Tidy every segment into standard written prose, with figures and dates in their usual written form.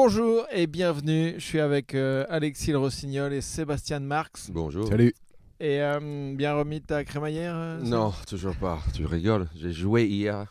Bonjour et bienvenue, je suis avec Alexis Le Rossignol et Sébastien Marx. Bonjour. Salut. Et bien remis de ta crémaillère Non, toujours pas. Tu rigoles. J'ai joué hier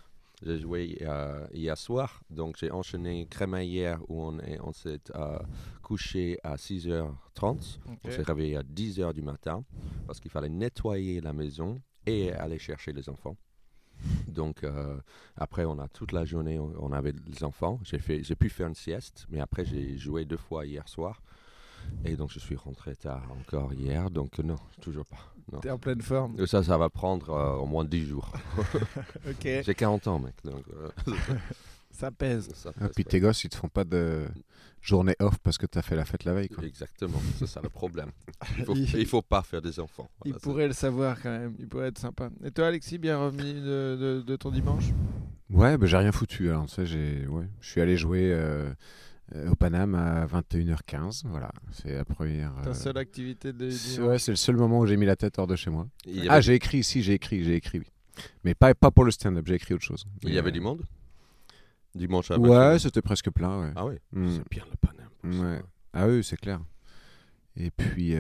soir. Donc j'ai enchaîné crémaillère où on s'est couché à 6h30. On s'est réveillé à 10h du matin parce qu'il fallait nettoyer la maison et aller chercher les enfants. Donc après on a toute la journée, on avait les enfants. J'ai pu faire une sieste, mais après j'ai joué 2 fois hier soir. Et donc je suis rentré tard encore hier, donc non, toujours pas. Non. T'es en pleine forme. Ça va prendre au moins 10 jours. Ok. J'ai 40 ans, mec. Donc, Ça pèse. Et puis tes gosses, ils te font pas de journée off parce que t'as fait la fête la veille, quoi. Exactement, c'est ça le problème. Il faut pas faire des enfants. Il pourrait le savoir quand même, il pourrait être sympa. Et toi Alexis, bien remis de ton dimanche? Ouais, bah, j'ai rien foutu. Alors, tu sais, je suis allé jouer au Paname à 21h15. Voilà, c'est la première. Ta seule activité de dimanche? Ouais, c'est le seul moment où j'ai mis la tête hors de chez moi. J'ai écrit, oui. Mais pas pour le stand-up, j'ai écrit autre chose. Il y avait du monde dimanche à Ouais, c'était presque plein. Ouais. Ah oui, c'est bien le Paname. Ouais. Ah oui, c'est clair. Et puis,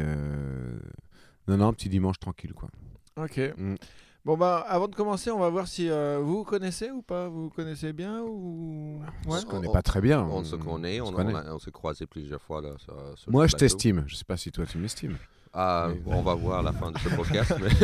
non, petit dimanche tranquille, quoi. Ok. Bon bah avant de commencer, on va voir si vous connaissez ou pas. Vous connaissez bien ou On se connaît pas très bien. On se connaît, on s'est croisés plusieurs fois là. Sur Moi, le je plateau. t'estime. Je sais pas si toi tu m'estimes. On va voir à la fin de ce podcast. Mais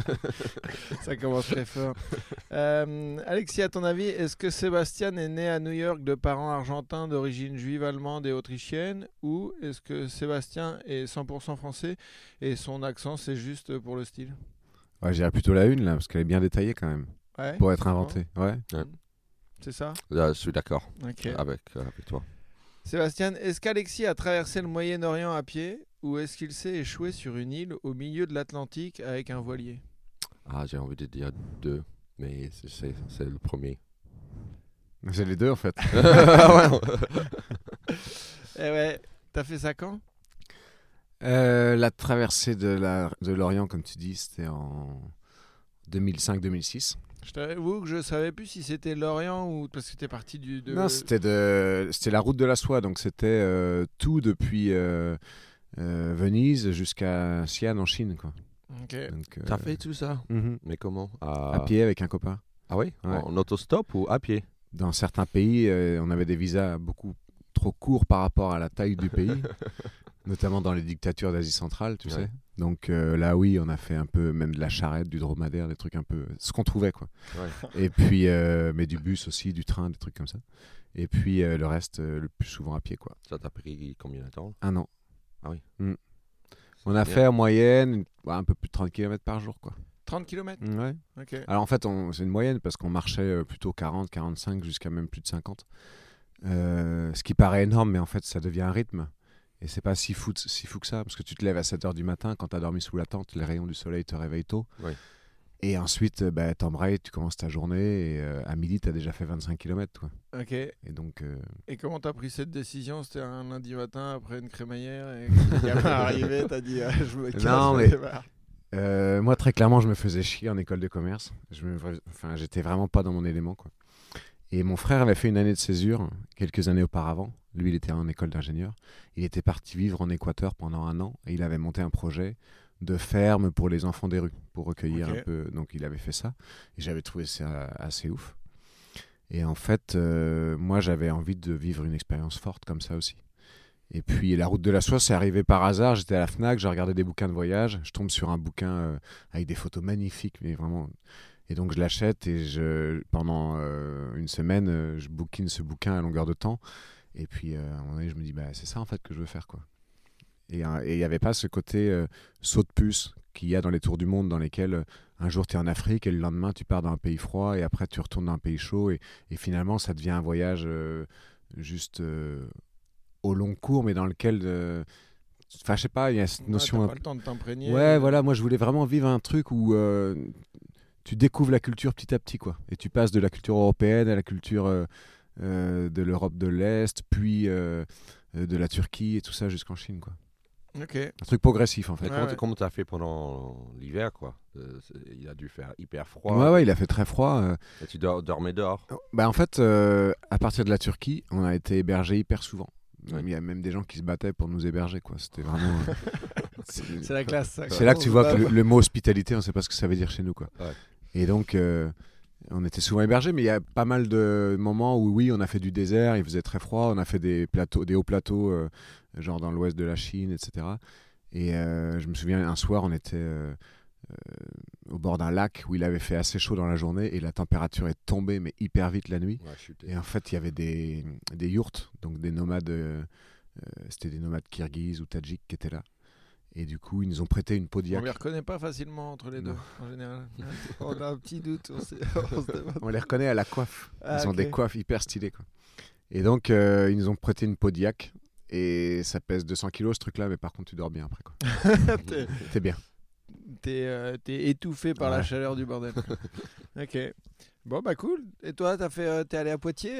Ça commence très fort. Alexis, à ton avis, est-ce que Sébastien est né à New York de parents argentins d'origine juive, allemande et autrichienne, ou est-ce que Sébastien est 100% français et son accent c'est juste pour le style? Ouais, j'irais plutôt la une là, parce qu'elle est bien détaillée quand même, Ouais, pour être inventée. Ouais. c'est ça? là, je suis d'accord Ok. avec toi. Sébastien, est-ce qu'Alexis a traversé le Moyen-Orient à pied ou est-ce qu'il s'est échoué sur une île au milieu de l'Atlantique avec un voilier? J'ai envie de dire 2, mais c'est le premier. C'est les deux en fait. Eh ouais, t'as fait ça quand? La traversée de l'Orient, comme tu dis, c'était en 2005-2006. Je t'avoue que je savais plus si c'était l'Orient ou parce que t'es parti de... Non, c'était la route de la soie, donc c'était tout depuis Venise jusqu'à Xi'an en Chine, quoi. Ok. Donc, T'as fait tout ça? Mais comment? à pied avec un copain. Ah oui? Ouais. En autostop ou à pied? Dans certains pays, on avait des visas beaucoup trop courts par rapport à la taille du pays, notamment dans les dictatures d'Asie centrale, tu sais. Donc là, oui, on a fait un peu même de la charrette, du dromadaire, des trucs un peu... ce qu'on trouvait, quoi. Ouais. Et puis, mais du bus aussi, du train, des trucs comme ça. Et puis le reste, le plus souvent à pied, quoi. Ça t'a pris combien de temps? 1 an. Ah oui. On a fait en moyenne un peu plus de 30 km par jour, quoi. 30 km? Ouais. Ok. Alors en fait, c'est une moyenne parce qu'on marchait plutôt 40, 45 jusqu'à même plus de 50. Ce qui paraît énorme, mais en fait, ça devient un rythme. Et c'est pas si fou que ça, parce que tu te lèves à 7h du matin, quand tu as dormi sous la tente, les rayons du soleil te réveillent tôt. Oui. Et ensuite, t'embrayes, tu commences ta journée, et à midi, tu as déjà fait 25 km. Quoi. Ok. Et donc, Et comment t'as pris cette décision? C'était un lundi matin après une crémaillère et quand le gamin est arrivé, t'as dit je me casse, Non, je mais- démarre. moi, très clairement, je me faisais chier en école de commerce. J'étais vraiment pas dans mon élément, quoi. Et mon frère avait fait une année de césure quelques années auparavant. Lui, il était en école d'ingénieur. Il était parti vivre en Équateur pendant 1 an et il avait monté un projet de ferme pour les enfants des rues, pour recueillir un peu. Donc, il avait fait ça. Et j'avais trouvé ça assez ouf. Et en fait, moi, j'avais envie de vivre une expérience forte comme ça aussi. Et puis, la route de la soie, c'est arrivé par hasard. J'étais à la FNAC, je regardais des bouquins de voyage. Je tombe sur un bouquin avec des photos magnifiques, mais vraiment... Et donc je l'achète et pendant une semaine, je bouquine ce bouquin à longueur de temps. Et puis à un moment donné, je me dis, c'est ça en fait que je veux faire, quoi. Et il n'y avait pas ce côté saut de puce qu'il y a dans les tours du monde dans lesquels un jour tu es en Afrique et le lendemain tu pars dans un pays froid et après tu retournes dans un pays chaud. Et finalement, ça devient un voyage juste au long cours, mais dans lequel... Enfin, je sais pas, il y a cette notion... T'as pas le temps de t'imprégner. Ouais, voilà, moi je voulais vraiment vivre un truc où... tu découvres la culture petit à petit, quoi. Et tu passes de la culture européenne à la culture de l'Europe de l'Est, puis de la Turquie et tout ça jusqu'en Chine, quoi. Ok. Un truc progressif, en fait. Comment t'as fait pendant l'hiver, quoi? Il a dû faire hyper froid. Ouais, il a fait très froid. Et tu dormais dehors? En fait, à partir de la Turquie, on a été hébergé hyper souvent. Ouais. Il y a même des gens qui se battaient pour nous héberger, quoi. C'était vraiment. C'est la classe. Ça, C'est là que tu vois que le mot hospitalité, on ne sait pas ce que ça veut dire chez nous, quoi. Ouais. Et donc, on était souvent hébergés, mais il y a pas mal de moments où, oui, on a fait du désert, il faisait très froid, on a fait des hauts plateaux, genre dans l'ouest de la Chine, etc. Et je me souviens, un soir, on était au bord d'un lac où il avait fait assez chaud dans la journée et la température est tombée, mais hyper vite la nuit. Ouais, Et en fait, il y avait des yourtes, donc des nomades, c'était des nomades kirghizes ou tadjiks qui étaient là. Et du coup, ils nous ont prêté une Kodiak. On les reconnaît pas facilement entre les deux, en général. On a un petit doute. On se demande. On les reconnaît à la coiffe. Ah, Ils ont des coiffes hyper stylées, quoi. Et donc, ils nous ont prêté une Kodiak. Et ça pèse 200 kilos, ce truc-là, mais par contre, tu dors bien après, quoi. T'es bien. T'es étouffé par la chaleur du bordel. Ok. Bon, bah cool. Et toi, t'es allé à Poitiers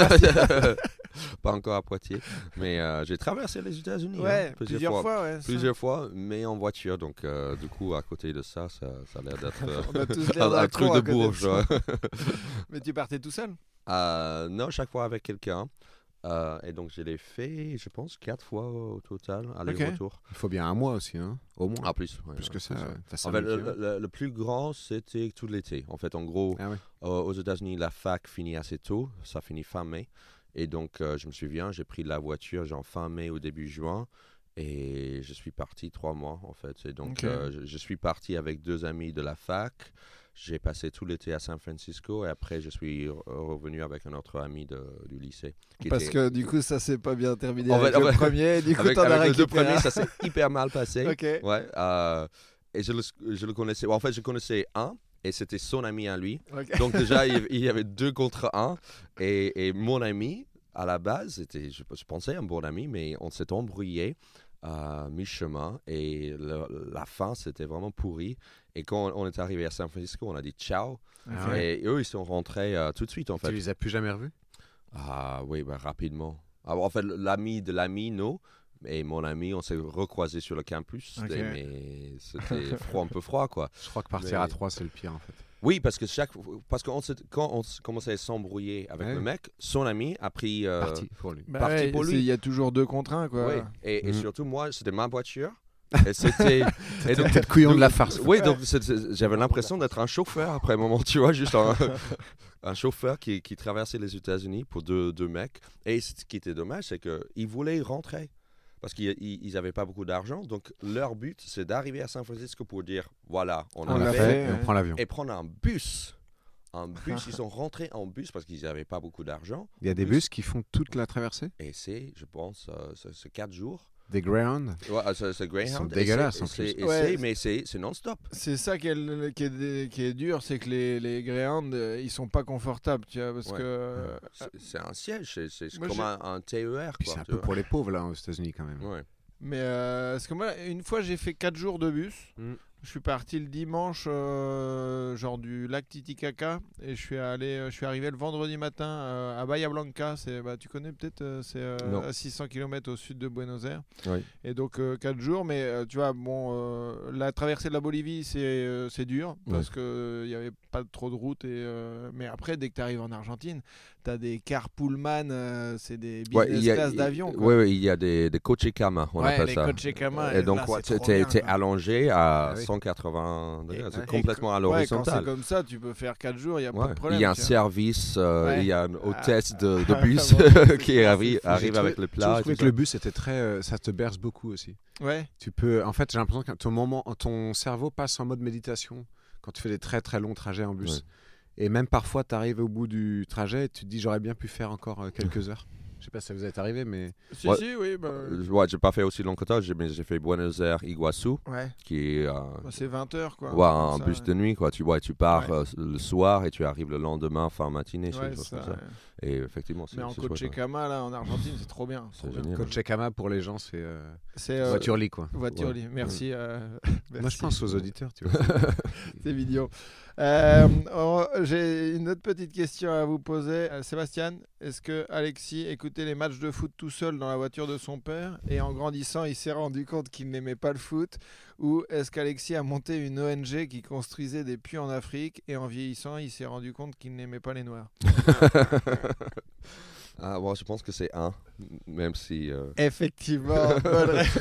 Pas encore à Poitiers, mais j'ai traversé les États-Unis plusieurs fois. Ouais, plusieurs fois, mais en voiture. Donc, du coup, à côté de ça a l'air d'être on a tous l'air un truc de bourge. Mais tu partais tout seul? Non, chaque fois avec quelqu'un. Et donc, je l'ai fait, je pense, 4 fois au total, aller-retour. Il faut bien un mois aussi, hein, au moins. Ah, plus. Ouais, plus que ça. En fait, le plus grand, c'était tout l'été. En fait, en gros, aux États-Unis, la fac finit assez tôt. Ça finit fin mai. Et donc, je me souviens, j'ai pris la voiture genre fin mai au début juin. Et je suis parti 3 mois, en fait. Et donc, je suis parti avec 2 amis de la fac. J'ai passé tout l'été à San Francisco et après je suis revenu avec un autre ami du lycée. Parce que du coup ça s'est pas bien terminé avec le premier, du coup t'en as récupéré. Les 2 premiers ça s'est hyper mal passé. Okay. Ouais, et je le connaissais, en fait je connaissais un et c'était son ami à lui. Okay. Donc déjà il y avait 2 contre 1 et mon ami à la base, c'était, je pensais un bon ami mais on s'est embrouillé à mi-chemin et la fin c'était vraiment pourri. Et quand on est arrivé à San Francisco, on a dit ciao. Et eux, ils sont rentrés tout de suite, en fait. Tu les as plus jamais revus? Ah oui, rapidement. Alors, en fait, l'ami de l'ami, non. Et mon ami, on s'est recroisés sur le campus. Okay. Mais c'était un peu froid, quoi. Je crois que partir à 3, c'est le pire, en fait. Oui, parce que quand on commençait à s'embrouiller avec le mec, son ami a pris parti pour lui. Parti pour lui. Il y a toujours 2 contre 1, quoi. Oui. Et surtout, moi, c'était ma voiture. Et c'était donc le couillon de la farce. Oui, donc j'avais l'impression d'être un chauffeur après un moment, tu vois, juste un chauffeur qui traversait les États-Unis pour deux mecs. Et ce qui était dommage, c'est qu'ils voulaient rentrer parce qu'ils n'avaient pas beaucoup d'argent. Donc leur but, c'est d'arriver à San Francisco pour dire voilà, on l'a fait, et on prend l'avion. Et prendre un bus. Ils sont rentrés en bus parce qu'ils n'avaient pas beaucoup d'argent. Il y a des bus qui font toute la traversée. Et c'est, je pense, c'est 4 jours. Des Greyhound. Ouais, c'est Greyhound. Ils sont dégueulasses en plus. Mais c'est non-stop. C'est ça qui est dur, c'est que les Greyhound, ils sont pas confortables, tu vois, parce que... C'est un siège, c'est comme un TER. Puis c'est un peu pour les pauvres, là, aux États-Unis, quand même. Ouais. Mais parce que moi, une fois, j'ai fait 4 jours de bus. Je suis parti le dimanche, genre du lac Titicaca, et je suis arrivé le vendredi matin à Bahia Blanca. Tu connais peut-être, c'est à 600 km au sud de Buenos Aires. Oui. Et donc 4 jours, mais tu vois, la traversée de la Bolivie, c'est dur parce que il y avait pas trop de route. Mais après, dès que tu arrives en Argentine, tu as des cars Pullman, c'est des business class d'avion. Oui, il y a des Cochecama, on appelle ça. Cochecama. Et donc, tu es allongé à 180 degrés, c'est complètement à l'horizontale. Quand c'est comme ça, tu peux faire 4 jours, il n'y a pas de problème. Il y a un service, il y a une hôtesse de bus qui arrive avec le plat. Je trouvais que le bus était ça te berce beaucoup aussi. Ouais. Tu peux, en fait, j'ai l'impression que ton cerveau passe en mode méditation quand tu fais des très très longs trajets en bus. Ouais. Et même parfois, tu arrives au bout du trajet et tu te dis j'aurais bien pu faire encore quelques heures. Je sais pas si ça vous est arrivé, mais... Si, oui. J'ai pas fait aussi long que toi, mais j'ai fait Buenos Aires, Iguazu, qui est... c'est 20 heures, quoi. Ouais, un bus de nuit, quoi. Tu pars le soir et tu arrives le lendemain, fin matinée, ça. Et effectivement, c'est en Cochecama, là, en Argentine, c'est trop bien. C'est génial. Cochecama, pour les gens, c'est voiture-lit, quoi. Voiture-lit, merci. Moi, je pense aux auditeurs, tu vois. C'est mignon. J'ai une autre petite question à vous poser. Sébastien, est-ce que Alexis écoutait les matchs de foot tout seul dans la voiture de son père et en grandissant, il s'est rendu compte qu'il n'aimait pas le foot? Ou est-ce qu'Alexis a monté une ONG qui construisait des puits en Afrique et en vieillissant, il s'est rendu compte qu'il n'aimait pas les Noirs? Moi, je pense que c'est 1, même si... Effectivement. Bonne réponse.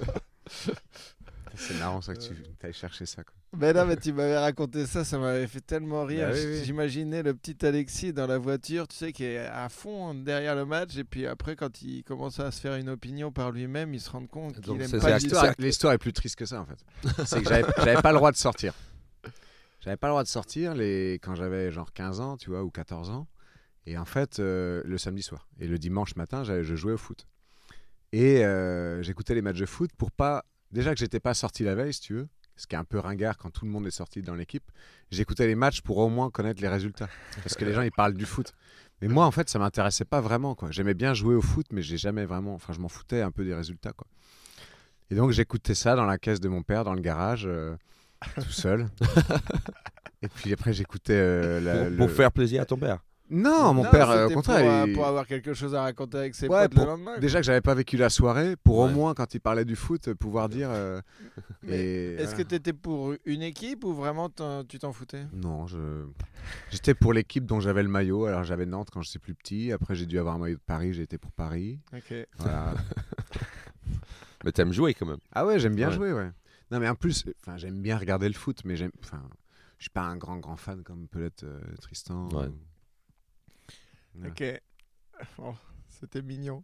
C'est marrant ça que tu ailles chercher ça. Quoi. Mais non, mais tu m'avais raconté ça, ça m'avait fait tellement rire. Bah oui. J'imaginais le petit Alexis dans la voiture, tu sais, qui est à fond derrière le match. Et puis après, quand il commence à se faire une opinion par lui-même, il se rend compte qu'il aime pas L'histoire est plus triste que ça, en fait. C'est que j'avais pas le droit de sortir. J'avais pas le droit de sortir quand j'avais genre 15 ans, tu vois, ou 14 ans. Et en fait, le samedi soir. Et le dimanche matin, je jouais au foot. Et j'écoutais les matchs de foot pour pas... Déjà que j'étais pas sorti la veille, si tu veux, ce qui est un peu ringard quand tout le monde est sorti dans l'équipe, j'écoutais les matchs pour au moins connaître les résultats. Parce que les gens, ils parlent du foot. Mais moi, en fait, ça m'intéressait pas vraiment, quoi. J'aimais bien jouer au foot, mais j'ai jamais vraiment... Enfin, je m'en foutais un peu des résultats, quoi. Et donc, j'écoutais ça dans la caisse de mon père, dans le garage, tout seul. Et puis après, j'écoutais... pour faire plaisir à ton père. Non, mon père, au c'était contraire. pour avoir quelque chose à raconter avec ses potes le lendemain. Déjà que j'avais pas vécu la soirée, pour au moins, quand il parlait du foot, pouvoir dire... Est-ce que tu étais pour une équipe ou vraiment tu t'en foutais? Non, j'étais pour l'équipe dont j'avais le maillot. Alors j'avais Nantes quand j'étais plus petit. Après, j'ai dû avoir un maillot de Paris, j'ai été pour Paris. Ok. Voilà. Mais t'aimes jouer quand même. Ah ouais, j'aime bien jouer, ouais. Non, mais en plus, j'aime bien regarder le foot, mais je suis pas un grand fan comme peut l'être Tristan. Ouais. Ok. Oh, c'était mignon.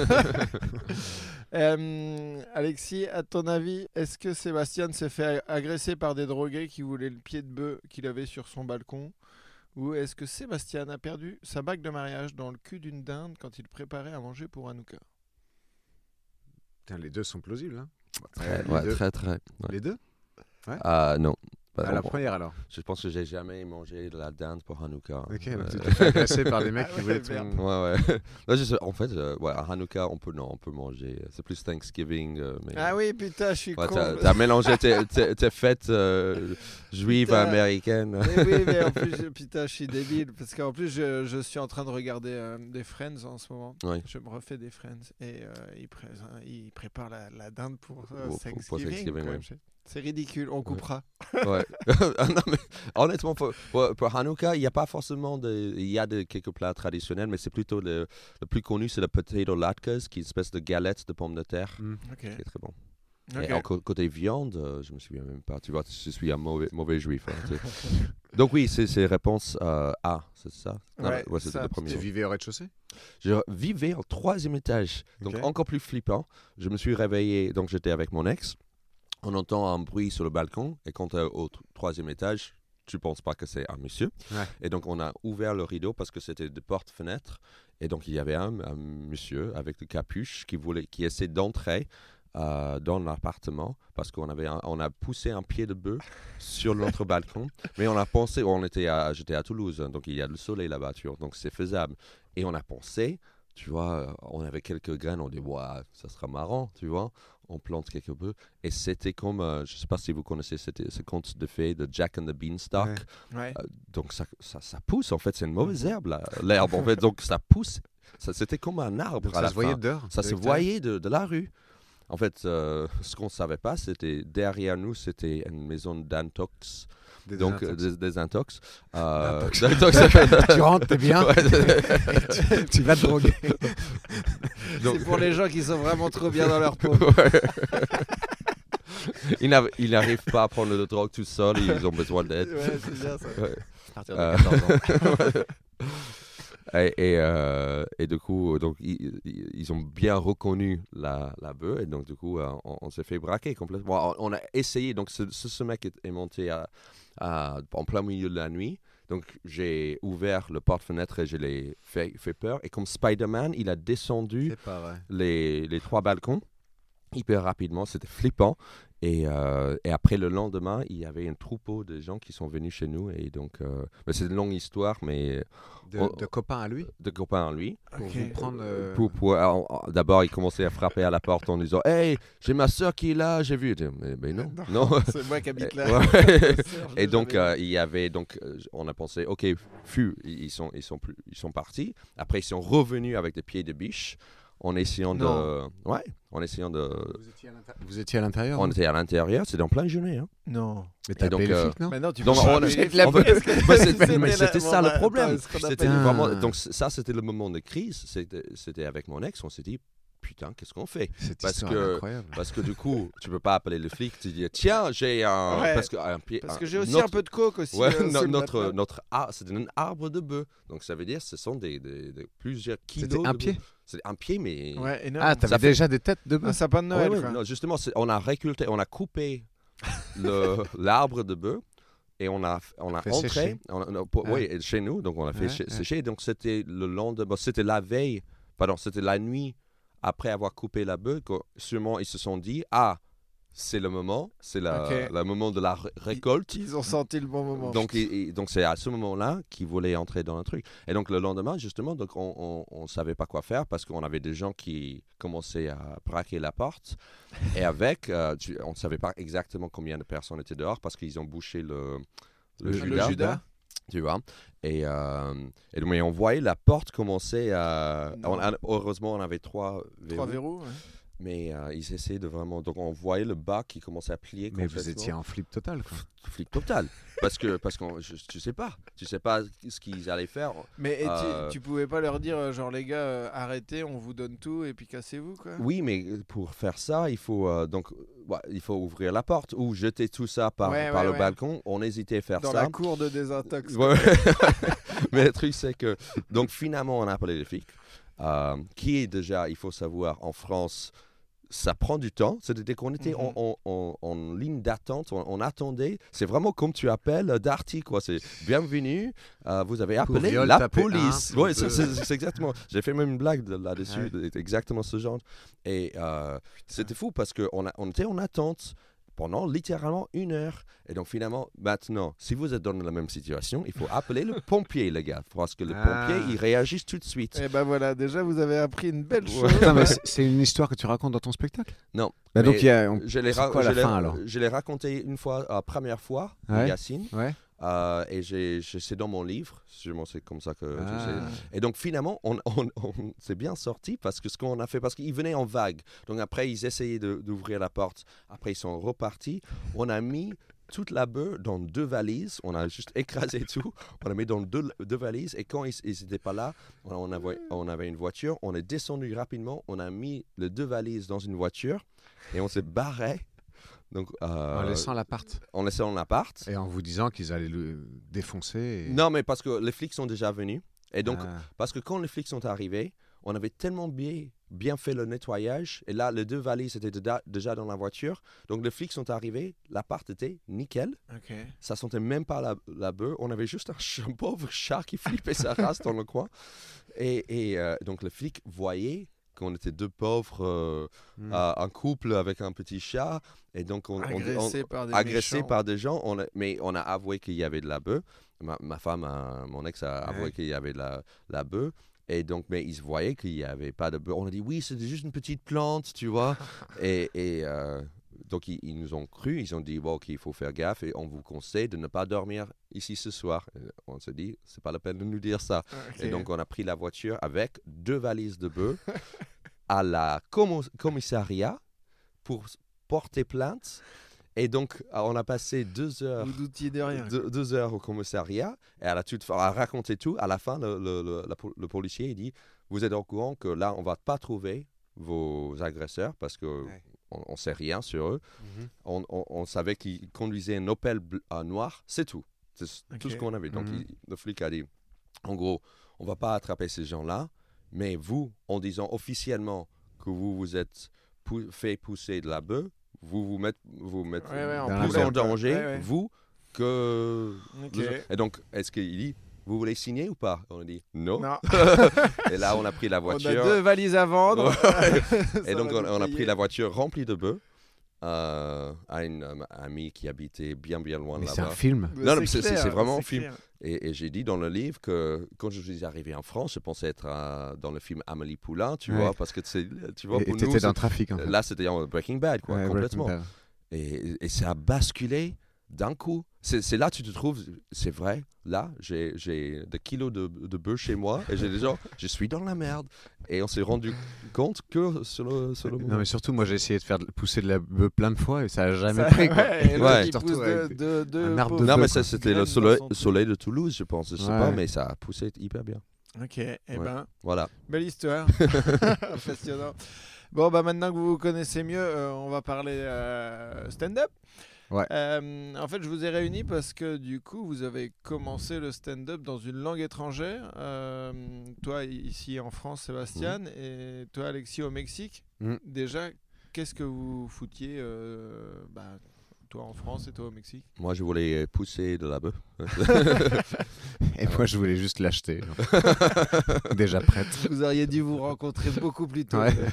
Alexis, à ton avis, est-ce que Sébastien s'est fait agresser par des drogués qui voulaient le pied de bœuf qu'il avait sur son balcon? Ou est-ce que Sébastien a perdu sa bague de mariage dans le cul d'une dinde quand il préparait à manger pour Hanouka? Putain, les deux sont plausibles. Hein. Très. Ouais. Les deux? Ouais. Non. La première alors. Je pense que j'ai jamais mangé de la dinde pour Hanouka. Ok, donc tu t'es fait agresser par des mecs qui voulaient ton... Ouais. En fait, à Hanouka, on peut manger. C'est plus Thanksgiving. Mais... Ah oui, putain, je suis con. T'as mélangé tes fêtes juives américaines. Mais en plus, putain, je suis débile. Parce qu'en plus, je suis en train de regarder des Friends en ce moment. Oui. Je me refais des Friends. Et ils préparent la dinde pour Thanksgiving. Pour Thanksgiving, ouais. C'est ridicule, on coupera. Ouais. Non, mais, honnêtement, pour Hanouka, il n'y a pas forcément il y a quelques plats traditionnels, mais c'est plutôt le plus connu, c'est le potato latkes, qui est une espèce de galette de pommes de terre, qui est très bon. Okay. Et côté viande, je me souviens même pas. Tu vois, je suis un mauvais juif. Hein, donc oui, c'est réponse A, c'est ça. Ouais, c'est le premier. Tu vivais au rez-de-chaussée? Je vivais au 3e étage, donc encore plus flippant. Je me suis réveillé, donc j'étais avec mon ex. On entend un bruit sur le balcon et quand tu es au 3e étage, tu ne penses pas que c'est un monsieur. Ouais. Et donc on a ouvert le rideau parce que c'était des portes-fenêtres. Et donc il y avait un monsieur avec le capuche qui essayait d'entrer dans l'appartement parce qu'on a poussé un pied de bœuf sur notre balcon. Mais on a pensé, j'étais à Toulouse, donc il y a le soleil là-bas, donc c'est faisable. Et on a pensé, tu vois, on avait quelques graines, on dit, ça sera marrant, tu vois. On plante quelques bœufs. Et c'était comme, je ne sais pas si vous connaissez ce conte de fées de Jack and the Beanstalk. Ouais. Donc ça pousse, en fait, c'est une mauvaise herbe, l'herbe, en fait. Donc ça pousse, c'était comme un arbre donc à la fin. Ça se voyait dehors. Ça se voyait de la rue. En fait, ce qu'on ne savait pas, c'était derrière nous, c'était une maison d'intox. Des intox. Tu rentres, t'es bien. tu vas te droguer. Donc... C'est pour les gens qui sont vraiment trop bien dans leur peau. Ils n'arrivent pas à prendre de drogue tout seuls, ils ont besoin d'aide. Ouais, c'est bien ça. À partir de 14 ans. Et du coup, donc, ils ont bien reconnu la bœuf et donc du coup, on s'est fait braquer complètement. On a essayé, donc ce mec est monté en plein milieu de la nuit. Donc j'ai ouvert le porte-fenêtre et je l'ai fait peur. Et comme Spider-Man, il a descendu les 3 balcons hyper rapidement. C'était flippant. Et après, le lendemain, il y avait un troupeau de gens qui sont venus chez nous. Et donc, c'est une longue histoire, mais... De copains à lui? De copains à lui. Pour vous prendre... D'abord, il commençait à frapper à la porte en disant « Hey, j'ai ma soeur qui est là, j'ai vu. » Mais non. C'est moi qui habite là. Et donc, il y avait... Donc, on a pensé « Ok, ils sont partis. » Après, ils sont revenus avec des pieds de biche. en essayant de... Ouais, en essayant de... Vous étiez à l'intérieur? On était à l'intérieur, c'était en pleine journée. Hein. Non. Mais t'as appelé les flics, non? Mais non, tu Donc, peux pas appeler les flics. mais c'était ça le problème. C'était Ah. vraiment... Donc ça, c'était le moment de crise. C'était avec mon ex, on s'est dit, putain, qu'est-ce qu'on fait? Cette Parce histoire est incroyable. Parce que du coup, tu peux pas appeler le flic, tu dis, tiens, j'ai un... Ouais. Parce que j'ai aussi un peu de coke aussi. Ouais, sous le matelas. notre c'était un arbre de bœuf. Donc ça veut dire ce sont des plusieurs kilos. C'était un de pied? bœuf. C'est un pied, mais... Ouais, énorme. Ah, t'avais déjà des têtes de Un bœuf? sapin de Ouais, Noël. ouais, quoi. non, justement, on a récolté, on a coupé l'arbre de bœuf et on a Fait entré sécher. oui, chez nous, donc on a fait sécher. Donc c'était le lendemain, c'était la veille, pardon, c'était la nuit après avoir coupé la bœuf que sûrement ils se sont dit, ah, c'est le moment, c'est le moment de la récolte. Ils ont senti le bon moment. Donc c'est à ce moment-là qu'ils voulaient entrer dans le truc. Et donc le lendemain, justement, donc on savait pas quoi faire parce qu'on avait des gens qui commençaient à braquer la porte. Et avec, on ne savait pas exactement combien de personnes étaient dehors parce qu'ils ont bouché le Judas. Tu vois. Mais on voyait la porte commencer à... heureusement, on avait 3 verrous. 3 verrous, ouais. Mais ils essayaient de vraiment... Donc on voyait le bas qui commençait à plier Mais complètement. vous étiez en flip total, quoi. Flip total. parce que tu sais pas ce qu'ils allaient faire. Mais tu pouvais pas leur dire, genre les gars, arrêtez, on vous donne tout et puis cassez-vous, quoi. Oui, mais pour faire ça, il faut ouvrir la porte ou jeter tout ça par le balcon. On hésitait à faire dans ça. La cour de désintox. Ouais. Mais le truc, c'est que... Donc finalement, on a appelé les flics. Qui est déjà, il faut savoir, en France... Ça prend du temps. C'était qu'on était en ligne d'attente. On attendait. C'est vraiment comme tu appelles Darty, quoi. C'est bienvenue. Vous avez appelé la police. Oui, c'est exactement. J'ai fait même une blague là-dessus. Ouais. Exactement ce genre. Et c'était fou parce qu'on était en attente pendant littéralement 1 heure. Et donc finalement, maintenant, si vous êtes dans la même situation, il faut appeler le pompier, les gars. Parce que le pompier, il réagit tout de suite. Et ben voilà, déjà vous avez appris une belle chose. Non, mais c'est une histoire que tu racontes dans ton spectacle? Non. Bah donc je l'ai raconté une fois, première fois, Yacine. Ouais. Et c'est dans mon livre, c'est comme ça que je sais. Et donc finalement, on s'est bien sorti parce que ce qu'on a fait, parce qu'ils venaient en vague. Donc après, ils essayaient d'ouvrir la porte. Après, ils sont repartis. On a mis toute la bœuf dans 2 valises. On a juste écrasé tout. On a mis dans 2 valises. Et quand ils n'étaient pas là, on avait une voiture. On est descendu rapidement. On a mis les 2 valises dans une voiture. Et on s'est barré. Donc, en laissant l'appart. En laissant l'appart. Et en vous disant qu'ils allaient le défoncer. Non, mais parce que les flics sont déjà venus. Et donc, parce que quand les flics sont arrivés, on avait tellement bien fait le nettoyage. Et là, les 2 valises étaient déjà dans la voiture. Donc, les flics sont arrivés. L'appart était nickel. Okay. Ça sentait même pas la bœuf. On avait juste un pauvre chat qui flippait sa race dans le coin. Et donc, les flics voyaient qu'on était 2 pauvres, un couple avec un petit chat, et donc agressés par des gens. Mais on a avoué qu'il y avait de la bœuf. Ma femme, mon ex, a avoué qu'il y avait de la bœuf. Et donc, mais ils voyaient qu'il n'y avait pas de bœuf. On a dit oui, c'était juste une petite plante, tu vois. et donc ils nous ont cru. Ils ont dit bon, qu'il faut faire gaffe et on vous conseille de ne pas dormir ici ce soir. Et on s'est dit c'est pas la peine de nous dire ça. Okay. Et donc on a pris la voiture avec 2 valises de bœuf à la commissariat pour porter plainte. Et donc, on a passé 2 heures, vous doutiez de rien. 2 heures au commissariat. Et à raconter tout. À la fin, le policier il dit vous êtes au courant que là, on ne va pas trouver vos agresseurs parce qu'on ne sait rien sur eux. On savait qu'ils conduisaient un Opel noir. C'est tout. C'est tout ce qu'on avait. Donc, le flic a dit en gros, on ne va pas attraper ces gens-là. Mais vous, en disant officiellement que vous vous êtes fait pousser de la bœuf, vous mettez plus en danger, vous, que... Okay. Et donc, est-ce qu'il dit, vous voulez signer ou pas? On a dit, non. Et là, on a pris la voiture. On a 2 valises à vendre. Et donc, on a pris la voiture remplie de bœufs. À une amie qui habitait bien loin de là-bas. C'est un film. Non, mais c'est vraiment un film. Et j'ai dit dans le livre que quand je suis arrivé en France, je pensais être dans le film Amélie Poulain, tu vois, parce que tu vois, pour nous, t'étais dans le trafic. En fait. Là, c'était en Breaking Bad, quoi, complètement. Breaking Bad. Et ça a basculé d'un coup, c'est là que tu te trouves, c'est vrai, là, j'ai des kilos de bœuf chez moi et j'ai des gens, je suis dans la merde. Et on s'est rendu compte que sur le moment. Non, mais surtout, moi, j'ai essayé de faire pousser de la bœuf plein de fois et ça a jamais pris. Quoi. Ouais, et là, Ouais. il pousse Un arbre pauvres de Non, mais bœuf, ça, quoi. c'était le graines soleil, dans son soleil de Toulouse, je pense. Je sais Ouais. pas, mais ça a poussé hyper bien. Ok, eh ben, Voilà. belle histoire. Passionnant. Bon, bah maintenant que vous vous connaissez mieux, on va parler stand-up. Ouais. En fait, je vous ai réunis parce que du coup, vous avez commencé le stand-up dans une langue étrangère. Toi, ici en France, Sébastien, et toi, Alexis, au Mexique. Déjà, qu'est-ce que vous foutiez toi en France et toi au Mexique? Moi, je voulais pousser de la bœuf. Et moi, je voulais juste l'acheter. Déjà prête. Vous auriez dû vous rencontrer beaucoup plus tôt. Ouais.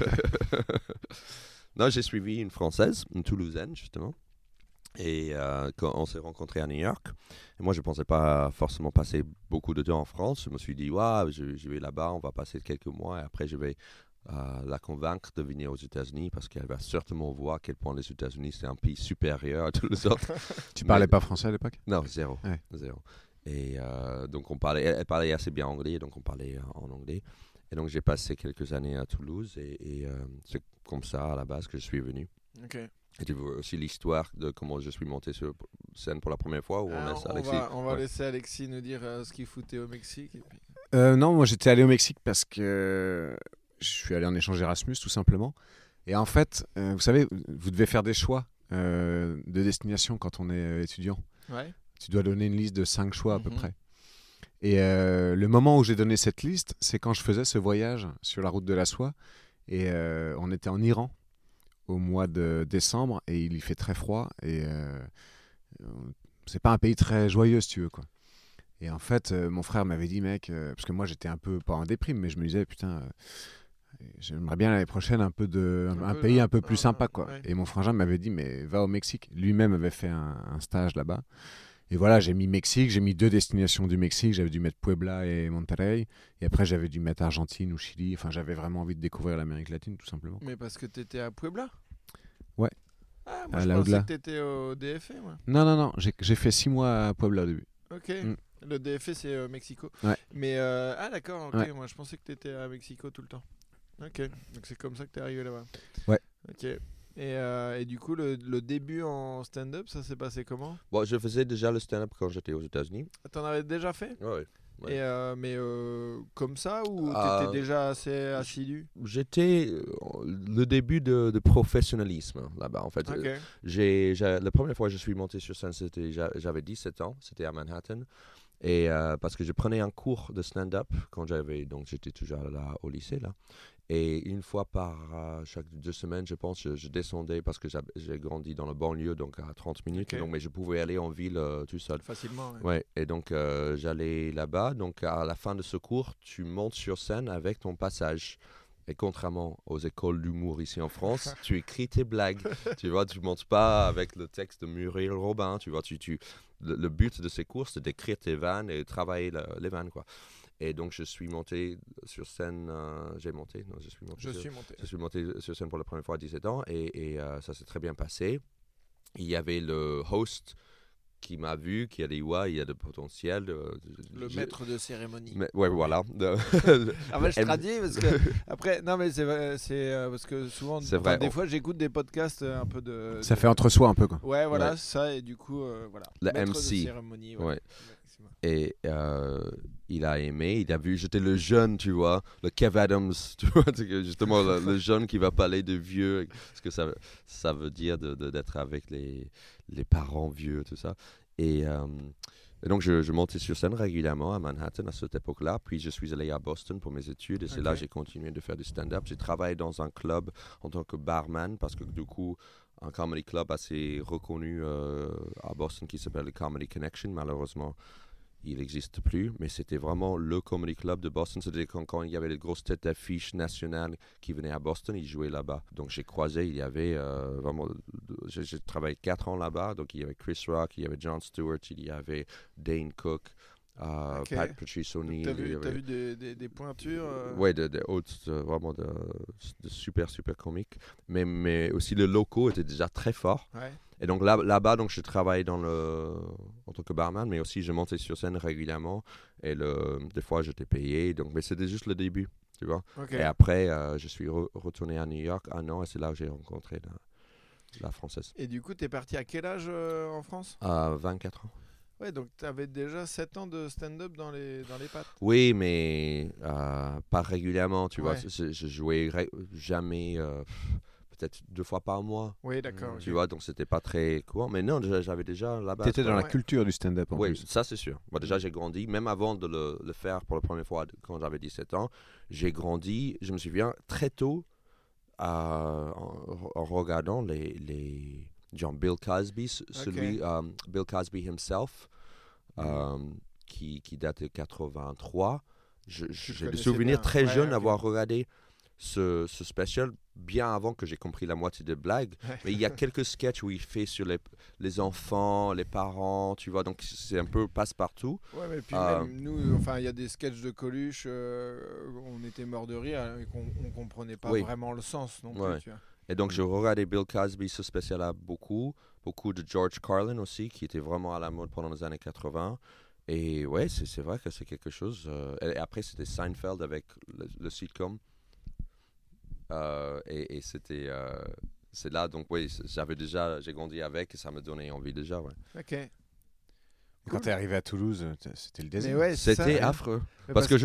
Non, j'ai suivi une Française, une Toulousaine, justement. Et quand on s'est rencontrés à New York, et moi je ne pensais pas forcément passer beaucoup de temps en France. Je me suis dit, je vais là-bas, on va passer quelques mois et après je vais la convaincre de venir aux États-Unis parce qu'elle va certainement voir à quel point les États-Unis c'est un pays supérieur à tous les autres. Tu parlais pas français à l'époque? Non, zéro. Ouais. Zéro. Et donc elle parlait assez bien anglais, donc on parlait en anglais. Et donc j'ai passé quelques années à Toulouse et c'est comme ça à la base que je suis venu. Ok. Et tu veux aussi l'histoire de comment je suis monté sur scène pour la première fois ou on laisse Alexis? On va laisser Alexis nous dire ce qu'il foutait au Mexique. Et puis... Non, moi j'étais allé au Mexique parce que je suis allé en échange Erasmus tout simplement. Et en fait, vous savez, vous devez faire des choix de destination quand on est étudiant. Ouais. Tu dois donner une liste de 5 choix à peu près. Et le moment où j'ai donné cette liste, c'est quand je faisais ce voyage sur la route de la soie. Et on était en Iran au mois de décembre et il y fait très froid et c'est pas un pays très joyeux si tu veux quoi. Et en fait mon frère m'avait dit mec parce que moi j'étais un peu pas en déprime mais je me disais putain j'aimerais bien l'année prochaine un pays un peu plus sympa quoi. Ouais. Et mon frangin m'avait dit mais va au Mexique, lui-même avait fait un stage là-bas. Et voilà, j'ai mis Mexique, j'ai mis 2 destinations du Mexique, j'avais dû mettre Puebla et Monterrey, et après j'avais dû mettre Argentine ou Chili, enfin j'avais vraiment envie de découvrir l'Amérique latine tout simplement. Mais parce que t'étais à Puebla? Ouais. Ah, moi À je la pensais au-delà. que t'étais au DF, moi. Non, j'ai fait 6 mois à Puebla au début. Ok. Le DF c'est Mexico. Ouais. Mais d'accord, ok. Ouais. Moi je pensais que t'étais à Mexico tout le temps. Ok. Donc c'est comme ça que t'es arrivé là-bas. Ouais. Ok. Et du coup, le début en stand-up, ça s'est passé comment? Bon, je faisais déjà le stand-up quand j'étais aux États-Unis. T'en avais déjà fait? Ouais. Mais comme ça ou t'étais déjà assez assidu? J'étais le début de professionnalisme là-bas en fait. Ok. La première fois que je suis monté sur scène, j'avais 17 ans, c'était à Manhattan. Et parce que je prenais un cours de stand-up quand j'étais toujours là au lycée là. Et une fois par chaque 2 semaines, je pense, je descendais parce que j'ai grandi dans la banlieue, donc à 30 minutes. Ok. Donc, mais je pouvais aller en ville tout seul. Facilement. Ouais. Ouais, et donc j'allais là-bas. Donc à la fin de ce cours, tu montes sur scène avec ton passage. Et contrairement aux écoles d'humour ici en France, tu écris tes blagues. Tu vois, tu montes pas avec le texte de Muriel Robin. Tu vois, le but de ces cours, c'est d'écrire tes vannes et travailler les vannes, quoi. Et donc, je suis monté sur scène. Je suis monté sur scène pour la première fois à 17 ans et ça s'est très bien passé. Il y avait le host qui m'a vu, qui a dit ouais, il y a de potentiel. Le maître de cérémonie. Ouais, voilà. En fait, je traduis parce que après, non mais c'est parce que souvent, des fois, j'écoute des podcasts un peu de. Ça fait entre soi un peu quoi. Ouais, voilà, Ouais. ça et du coup, voilà. Le maître MC. de cérémonie. Ouais. Et il a aimé, il a vu, j'étais le jeune, tu vois, le Kev Adams, tu vois, justement le jeune qui va parler de vieux, ce que ça veut dire d'être avec les parents vieux, tout ça. Et donc je montais sur scène régulièrement à Manhattan à cette époque-là, puis je suis allé à Boston pour mes études et c'est là que j'ai continué de faire du stand-up. J'ai travaillé dans un club en tant que barman parce que du coup, un comedy club assez reconnu à Boston qui s'appelle le Comedy Connection, malheureusement. Il n'existe plus, mais c'était vraiment le comedy club de Boston. C'était quand il y avait les grosses têtes d'affiche nationales qui venaient à Boston, ils jouaient là-bas. Donc j'ai croisé, il y avait vraiment... J'ai travaillé 4 ans là-bas, donc il y avait Chris Rock, il y avait Jon Stewart, il y avait Dane Cook, Pat Patrice O'Neill. T'as vu des pointures Ouais, des hautes, vraiment de super comiques. Mais aussi les locaux étaient déjà très forts. Ouais. Et donc là-bas, donc, je travaillais en tant que barman, mais aussi je montais sur scène régulièrement. Et des fois, j'étais payé. Donc, mais c'était juste le début, tu vois. Okay. Et après, je suis retourné à New York 1 an et c'est là où j'ai rencontré la Française. Et du coup, tu es parti à quel âge en France ? À 24 ans. Ouais, donc tu avais déjà 7 ans de stand-up dans les pattes. Oui, mais pas régulièrement, tu vois. Je jouais jamais... peut-être 2 fois par mois. Oui, d'accord. Tu vois, donc c'était pas très courant. Mais non, j'avais déjà la base. Tu étais dans la culture du stand-up en plus. Oui, ça c'est sûr. Moi, déjà, j'ai grandi. Même avant de le faire pour la première fois quand j'avais 17 ans, j'ai grandi, je me souviens, très tôt en regardant les genre Bill Cosby, Bill Cosby himself, qui date de 83. J'ai des souvenirs très jeunes d'avoir regardé ce spécial bien avant que j'ai compris la moitié des blagues. Mais il y a quelques sketchs où il fait sur les enfants, les parents, tu vois, donc c'est un peu passe-partout. Ouais, mais puis même nous, enfin, il y a des sketchs de Coluche, on était morts de rire et qu'on comprenait pas vraiment le sens non plus, tu vois. Et donc, je regardais Bill Cosby, ce spécial-là, beaucoup de George Carlin aussi, qui était vraiment à la mode pendant les années 80. Et ouais, c'est vrai que c'est quelque chose. Et après, c'était Seinfeld avec le sitcom. Et c'était... c'est là, donc oui, j'ai grandi avec et ça me donnait envie déjà, ouais. Ok. Quand tu es arrivé à Toulouse, c'était le désert. Ouais, c'était affreux. Parce que je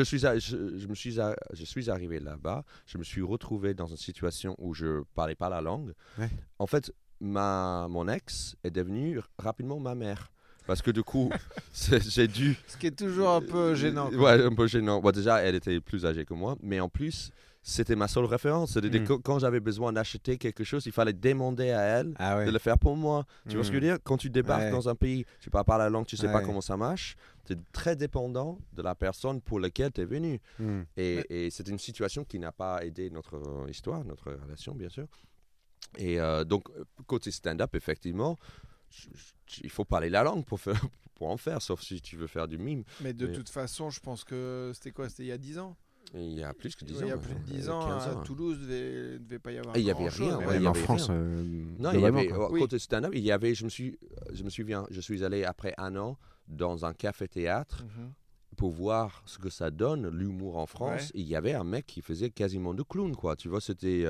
suis arrivé là-bas, je me suis retrouvé dans une situation où je parlais pas la langue. Ouais. En fait, mon ex est devenue rapidement ma mère. Parce que du coup, j'ai dû... Ce qui est toujours un peu gênant. Ouais, un peu gênant. Bon, déjà, elle était plus âgée que moi, mais en plus... C'était ma seule référence. Quand j'avais besoin d'acheter quelque chose, il fallait demander à elle de le faire pour moi. Tu vois ce que je veux dire ? Quand tu débarques dans un pays, tu parles pas la langue, tu sais pas comment ça marche, tu es très dépendant de la personne pour laquelle tu es venu. Et c'est une situation qui n'a pas aidé notre histoire, notre relation, bien sûr. Et donc, côté stand-up, effectivement, il faut parler la langue pour en faire, sauf si tu veux faire du mime. Mais de toute façon, je pense que c'était il y a 10 ans ? Il y a plus que 10 ans. Il y a plus de 10 ans, à Toulouse, il ne devait pas y avoir il n'y avait rien. Même en France, non, il y avait, côté stand-up, il y avait, je me souviens, je suis allé après 1 an dans un café-théâtre pour voir ce que ça donne, l'humour en France. Il y avait un mec qui faisait quasiment de clown, quoi. Tu vois, c'était...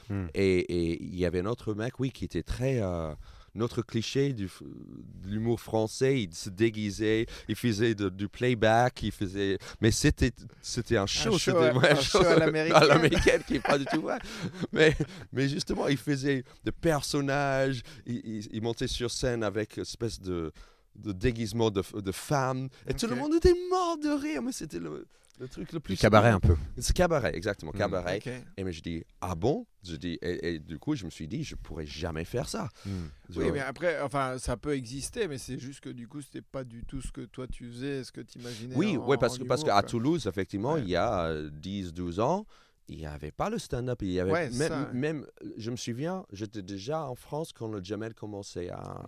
et il y avait un autre mec, qui était très... notre cliché de l'humour français, il se déguisait, il faisait du playback, mais c'était un show, un show à l'américaine qui n'est pas du tout vrai. Mais justement, il faisait des personnages, il montait sur scène avec une espèce de déguisement de femme, et tout le monde était mort de rire, mais c'était le truc le plus... Cabaret un peu. C'est cabaret, exactement, cabaret. Et mais je dis, ah bon ? Je dis, et du coup, je me suis dit, je pourrais jamais faire ça. Oui, mais après, enfin, ça peut exister, mais c'est juste que du coup, c'était pas du tout ce que toi tu faisais, ce que tu imaginais. Oui, parce qu'à Toulouse, effectivement, il y a 10-12 ans, il n'y avait pas le stand-up. Il y avait même, je me souviens, j'étais déjà en France quand le Jamel commençait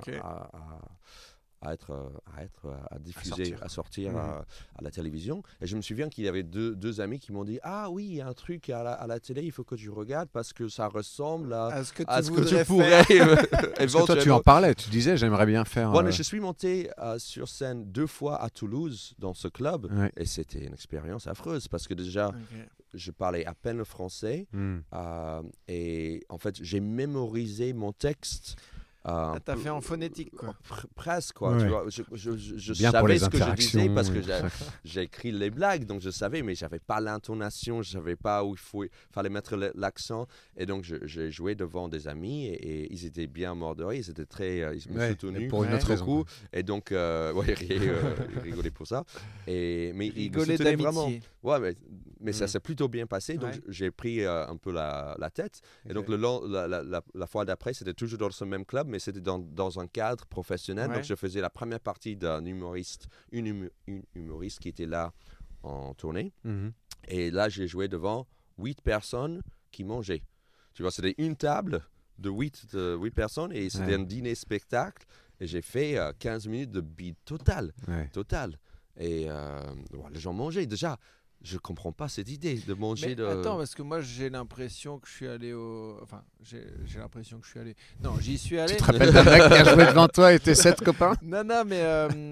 à diffuser, à sortir à la télévision. Et je me souviens qu'il y avait deux amis qui m'ont dit, ah oui, il y a un truc à la télé, il faut que tu regardes parce que ça ressemble à ce que tu pourrais parce que toi tu en parlais, tu disais j'aimerais bien faire... Bon, je suis monté sur scène 2 fois à Toulouse dans ce club et c'était une expérience affreuse parce que déjà je parlais à peine le français et en fait j'ai mémorisé mon texte. T'as fait en phonétique, quoi. Presque, quoi. Tu vois, je savais ce que je disais parce que j'ai écrit les blagues, donc je savais, mais j'avais pas l'intonation, je savais pas où fallait mettre l'accent. Et donc, j'ai joué devant des amis et ils étaient bien morts de rire, ils étaient très... ils me soutenaient pour une autre raison. Et donc, ils rigolaient pour ça. Mais ils me soutenaient vraiment. Ouais, mais ça s'est plutôt bien passé, donc j'ai pris un peu la tête. Et donc, la fois d'après, c'était toujours dans ce même club, mais c'était dans un cadre professionnel. Donc, je faisais la première partie d'un humoriste, une humoriste qui était là en tournée. Et là, j'ai joué devant 8 personnes qui mangeaient. Tu vois, c'était une table de 8 personnes et c'était un dîner-spectacle. Et j'ai fait 15 minutes de bide total. Et les gens mangeaient. Déjà, je comprends pas cette idée de manger Mais de... attends, parce que moi j'ai l'impression que je suis allé au. Enfin, j'ai l'impression que je suis allé. Non, j'y suis allé. Tu te rappelles d'un mec qui a joué devant toi et tes 7 copains? Non, non, mais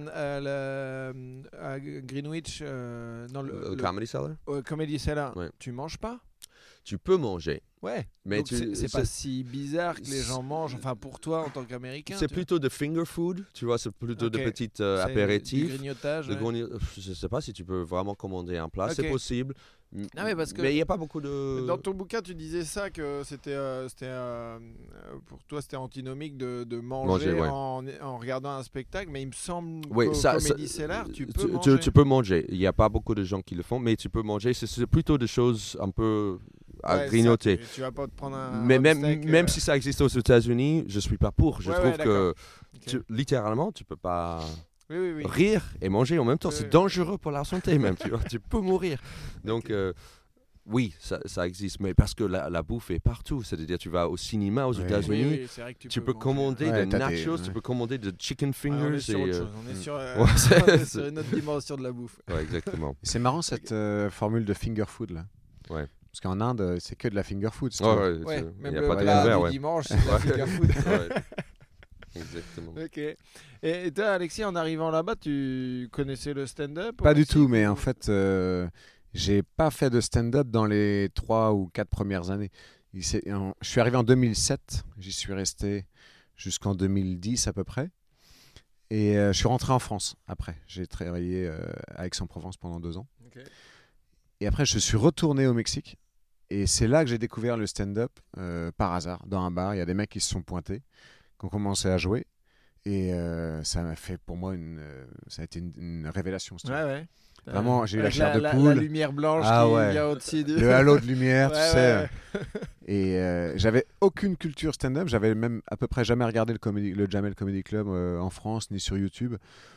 à Greenwich, dans Le Comedy Cellar. au Comedy Cellar, Ouais. tu manges pas? Tu peux manger. Ouais. Mais Donc c'est pas si bizarre que les c'est- gens mangent. Enfin, pour toi en tant qu'Américain. C'est tu plutôt de finger food, tu vois, c'est plutôt de Ok. petites vois. C'est apéritifs. Du grignotage. De ouais. je sais pas si tu peux vraiment commander un plat, c'est Ok. possible. Non, mais parce que- il n'y a pas beaucoup de... Dans ton bouquin, tu disais ça, que c'était pour toi, c'était antinomique de manger, Manger, ouais. en regardant un spectacle, mais il me semble Oui, qu'au ça- Comedy ça- Cellar, tu peux manger. tu peux manger. Il n'y a pas beaucoup de gens qui le font, mais tu peux manger. C'est plutôt des choses un peu à Ouais, ça, grignoter. tu vas pas te prendre un Mais même, steak, même si ça existe aux États-Unis, je suis pas pour. Je Ouais, trouve ouais, que d'accord. littéralement, tu peux pas Oui, oui, oui. rire et manger en même temps. Oui, C'est oui. dangereux pour la santé même. Tu vois, tu peux mourir. Donc oui, ça existe, mais parce que la bouffe est partout. C'est-à-dire, tu vas au cinéma aux Ouais. États-Unis. Oui, c'est vrai que Tu peux manger. commander Ouais, des t'as des- nachos, tu ouais. peux commander des chicken Ah, on est fingers. sur et, autre chose. On est sur, ouais, on est c'est- sur une autre dimension de la bouffe. ouais, exactement. C'est marrant cette formule de finger food là. Ouais. Parce qu'en Inde, c'est que de la finger food. si tu Ouais, veux. ouais, Ouais, il même n'y a le pas de plat verre, du ouais. dimanche, c'est de la finger food. Ouais. Exactement. Ok. Et toi, Alexis, en arrivant là-bas, tu connaissais le stand-up au Pas du Mexique, tout, mais ou- en fait, j'ai pas fait de stand-up dans les 3 ou 4 premières années. Je suis arrivé en 2007, j'y suis resté jusqu'en 2010 à peu près. Et je suis rentré en France après. J'ai travaillé à Aix-en-Provence pendant 2 ans. Ok. Et après, je suis retourné au Mexique. Et c'est là que j'ai découvert le stand-up par hasard, dans un bar. Il y a des mecs qui se sont pointés, qui ont commencé à jouer. Et ça m'a fait pour moi ça a été une révélation. si tu veux. Ouais, ouais. Vraiment, j'ai eu la Avec chair de La poule. lumière blanche Ah qui ouais. vient au-dessus du... Le halo de lumière, Ouais, tu sais. ouais. Et j'avais aucune culture stand-up. J'avais même à peu près jamais regardé le Jamel Comedy Club en France ni sur YouTube.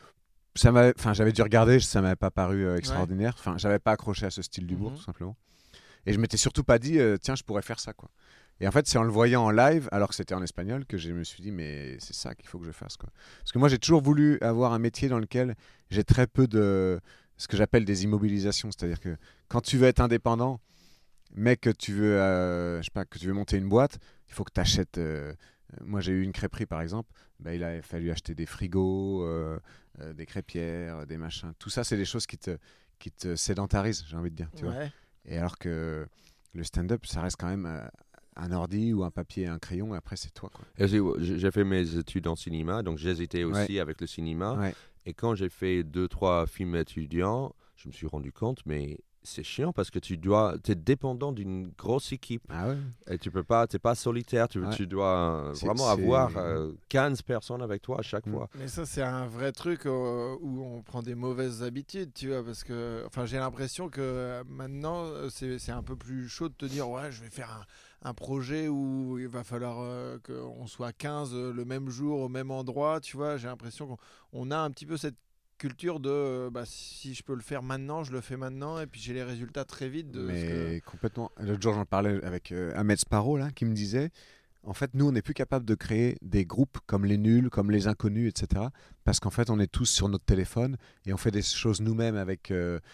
J'avais dû regarder, ça m'avait pas paru extraordinaire. Enfin, j'avais pas accroché à ce style d'humour, Mhm. tout simplement. Et je m'étais surtout pas dit, tiens, je pourrais faire ça, quoi. Et en fait, c'est en le voyant en live, alors que c'était en espagnol, que je me suis dit, mais c'est ça qu'il faut que je fasse, quoi. Parce que moi, j'ai toujours voulu avoir un métier dans lequel j'ai très peu de ce que j'appelle des immobilisations. C'est-à-dire que quand tu veux être indépendant, mais que tu veux, je sais pas, que tu veux monter une boîte, il faut que tu achètes. Moi, j'ai eu une crêperie, par exemple. Bah, il a fallu acheter des frigos, des crêpières, des machins. Tout ça, c'est des choses qui te sédentarisent, j'ai envie de dire. Tu vois. Ouais. Et alors que le stand-up, ça reste quand même un ordi ou un papier et un crayon, et après, c'est toi, quoi. Et j'ai fait mes études en cinéma, donc j'hésitais aussi avec le cinéma. Ouais. Et quand j'ai fait 2-3 films étudiants, je me suis rendu compte, mais c'est chiant parce que tu es dépendant d'une grosse équipe. Ah ouais. Et tu peux pas, t'es pas solitaire, tu dois vraiment avoir 15 personnes avec toi à chaque fois. Mais ça, c'est un vrai truc où on prend des mauvaises habitudes, tu vois, parce que, enfin, j'ai l'impression que maintenant, c'est un peu plus chaud de te dire, ouais, je vais faire un projet où il va falloir qu'on soit 15 le même jour, au même endroit, tu vois. J'ai l'impression qu'on a un petit peu cette culture de si je peux le faire maintenant, je le fais maintenant, et puis j'ai les résultats très vite. Mais complètement. L'autre jour, j'en parlais avec Ahmed Sparrow, là, qui me disait, en fait, nous, on n'est plus capable de créer des groupes comme les nuls, comme les inconnus, etc. Parce qu'en fait, on est tous sur notre téléphone et on fait des choses nous-mêmes avec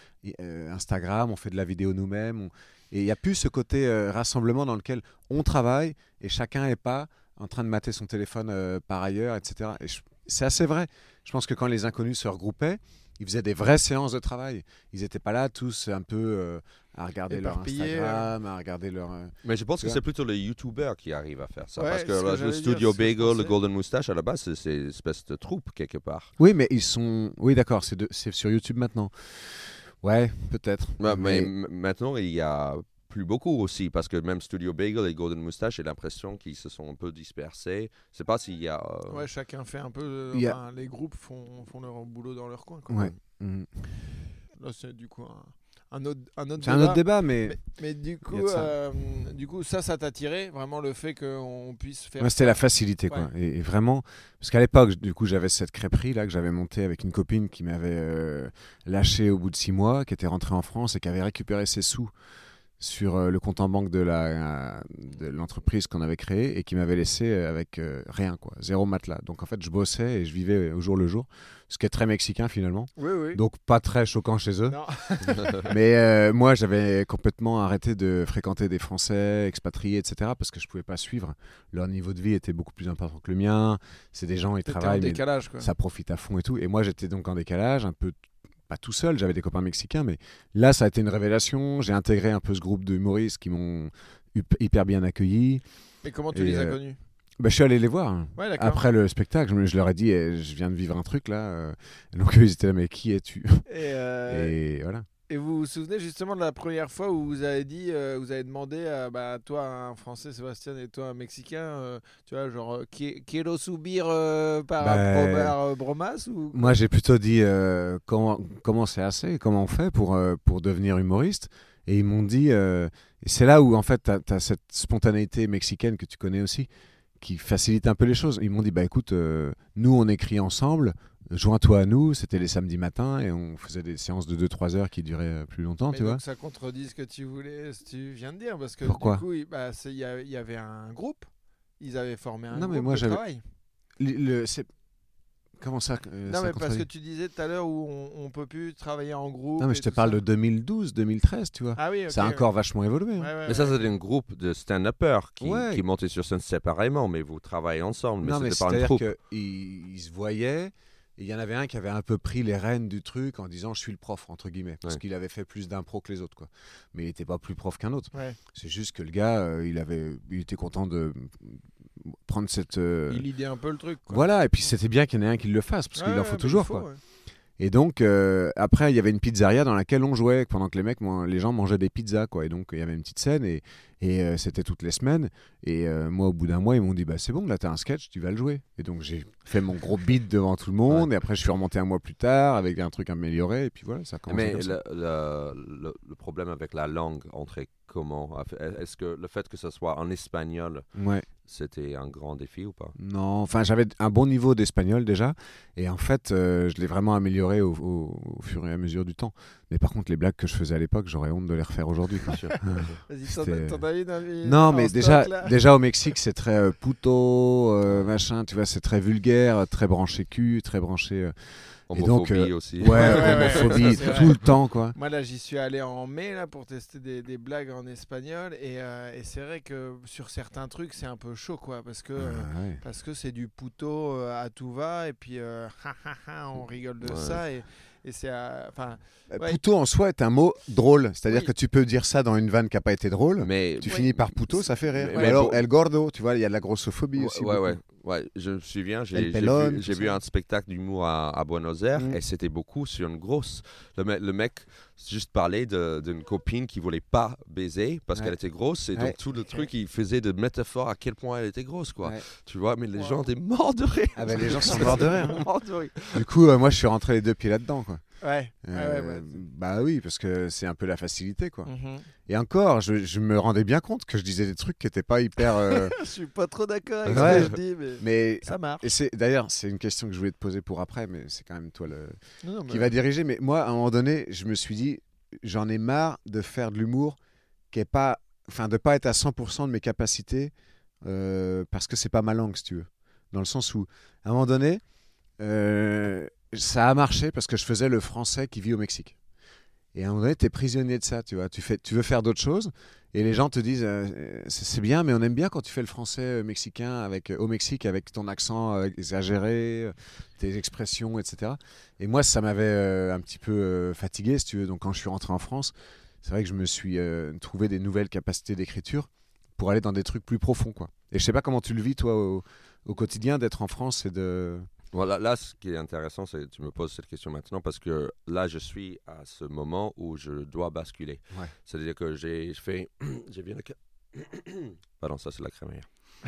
Instagram, on fait de la vidéo nous-mêmes. Et il n'y a plus ce côté rassemblement dans lequel on travaille et chacun n'est pas en train de mater son téléphone par ailleurs, etc. Et c'est assez vrai. Je pense que quand les inconnus se regroupaient, ils faisaient des vraies séances de travail. Ils n'étaient pas là tous un peu à regarder leur Instagram, à regarder leur... Mais je pense que c'est plutôt les YouTubers qui arrivent à faire ça. Ouais, parce que le Studio Bagel, le Golden Moustache, à la base, c'est une espèce de troupe quelque part. Oui, mais ils sont... Oui, d'accord, c'est sur YouTube maintenant. Ouais, peut-être. Mais maintenant, il y a plus beaucoup aussi, parce que même Studio Bagel et Golden Moustache, j'ai l'impression qu'ils se sont un peu dispersés. Je sais pas s'il y a... Ouais, chacun fait un peu... les groupes font leur boulot dans leur coin, quoi. Ouais. Là, c'est du coup un autre c'est un autre débat, mais du coup, ça t'a tiré, vraiment, le fait qu'on puisse faire... Ouais, c'était la facilité, quoi. Et vraiment, parce qu'à l'époque, du coup, j'avais cette crêperie là que j'avais montée avec une copine qui m'avait lâché au bout de 6 mois, qui était rentrée en France et qui avait récupéré ses sous sur le compte en banque de l'entreprise qu'on avait créée et qui m'avait laissé avec rien, quoi, 0 matelas. Donc en fait, je bossais et je vivais au jour le jour, ce qui est très mexicain finalement. Oui. Donc pas très choquant chez eux. Non. Mais moi, j'avais complètement arrêté de fréquenter des Français expatriés, etc. parce que je pouvais pas suivre. Leur niveau de vie était beaucoup plus important que le mien. C'est des gens, ils travaillent, en décalage, quoi. ça profite à fond et tout. Et moi, j'étais donc en décalage, un peu pas tout seul, j'avais des copains mexicains, mais là, ça a été une révélation. J'ai intégré un peu ce groupe d'humoristes qui m'ont hyper bien accueilli. Et comment tu les as connus? Je suis allé les voir. Ouais, après le spectacle. Je leur ai dit, je viens de vivre un truc là. Donc eux, ils étaient là, mais qui es-tu? Et voilà. Et vous vous souvenez justement de la première fois où vous avez dit, vous avez demandé à toi un Français Sébastien et toi un Mexicain, tu vois, genre quiero subir par bromas ou... Moi j'ai plutôt dit comment c'est assez, comment on fait pour devenir humoriste. Et ils m'ont dit, c'est là où en fait t'as cette spontanéité mexicaine que tu connais aussi, qui facilite un peu les choses. Ils m'ont dit, écoute, nous on écrit ensemble, joins-toi à nous. C'était les samedis matins et on faisait des séances de 2-3 heures qui duraient plus longtemps. Mais tu vois. ça contredit ce que tu viens de dire, parce que Pourquoi? du coup il y avait un groupe, ils avaient formé un groupe mais moi, de travail. Comment ça Non, mais parce que tu disais tout à l'heure où on peut plus travailler en groupe. Non, mais je te parle de 2012, 2013, tu vois. Ah oui, okay, ça a encore vachement évolué. Mais ça, c'était un groupe de stand-uppers qui montaient sur scène séparément, mais vous travaillez ensemble. Mais c'était pas un troupe. Ils se voyaient. Et il y en avait un qui avait un peu pris les rênes du truc en disant je suis le prof, entre guillemets, parce qu'il avait fait plus d'impro que les autres, quoi. Mais il n'était pas plus prof qu'un autre. C'est juste que le gars, il était content de prendre cette... Il lidait un peu le truc, quoi. Voilà, et puis c'était bien qu'il y en ait un qui le fasse, parce qu'il en faut toujours, quoi. Ouais. Et donc, après, il y avait une pizzeria dans laquelle on jouait pendant que les gens mangeaient des pizzas, quoi. Et donc, il y avait une petite scène et c'était toutes les semaines. Et moi, au bout d'un mois, ils m'ont dit, c'est bon, là, t'as un sketch, tu vas le jouer. Et donc, j'ai fait mon gros beat devant tout le monde. Et après, je suis remonté un mois plus tard avec un truc amélioré. Et puis voilà, ça a commencé. Mais le problème avec la langue entrait comment? Est-ce que le fait que ce soit en espagnol, c'était un grand défi ou pas? Non, enfin, j'avais un bon niveau d'espagnol déjà. Et en fait, je l'ai vraiment amélioré au fur et à mesure du temps. Mais par contre, les blagues que je faisais à l'époque, j'aurais honte de les refaire aujourd'hui. Vas-y, t'en as une Non, mais déjà au Mexique, c'est très puto, machin, tu vois, c'est très vulgaire, très branché cul, très branché... Homophobie aussi. Homophobie tout le temps, quoi. Moi, là, j'y suis allé en mai là, pour tester des blagues en espagnol. Et c'est vrai que sur certains trucs, c'est un peu chaud, quoi. Parce que c'est du puto à tout va. Et puis, on rigole de ça. Et c'est... Puto en soi est un mot drôle. C'est-à-dire que tu peux dire ça dans une vanne qui n'a pas été drôle. Mais tu finis par puto, ça fait rire. Mais alors, El Gordo, tu vois, il y a de la grossophobie aussi. Ouais, je me souviens, j'ai vu un spectacle d'humour à Buenos Aires et c'était beaucoup sur une grosse. Le mec juste parlait d'une copine qui voulait pas baiser parce qu'elle était grosse et donc tout le truc il faisait de métaphores à quel point elle était grosse, quoi. Tu vois, mais les gens étaient morts de rire. Ah ben les gens sont morts de rire. Du coup, moi je suis rentré les deux pieds là-dedans, quoi. Bah oui, parce que c'est un peu la facilité, quoi. Et encore, je me rendais bien compte que je disais des trucs qui n'étaient pas hyper... Je suis pas trop d'accord avec ce que je dis, mais ça marche. Et d'ailleurs, c'est une question que je voulais te poser pour après, mais c'est quand même toi qui va diriger. Mais moi, à un moment donné, je me suis dit, j'en ai marre de faire de l'humour qui est pas... Enfin, de pas être à 100% de mes capacités parce que c'est pas ma langue, si tu veux. Dans le sens où, à un moment donné... ça a marché parce que je faisais le français qui vit au Mexique. Et à un moment donné, tu es prisonnier de ça, tu vois. Tu veux faire d'autres choses et les gens te disent c'est bien, mais on aime bien quand tu fais le français mexicain au Mexique avec ton accent exagéré, tes expressions, etc. Et moi, ça m'avait un petit peu fatigué, si tu veux. Donc quand je suis rentré en France, c'est vrai que je me suis trouvé des nouvelles capacités d'écriture pour aller dans des trucs plus profonds, quoi. Et je sais pas comment tu le vis, toi, au quotidien, d'être en France et de... Voilà, là, ce qui est intéressant, c'est que tu me poses cette question maintenant parce que là, je suis à ce moment où je dois basculer. C'est-à-dire que j'ai bien Pardon, ça c'est la crémaillère.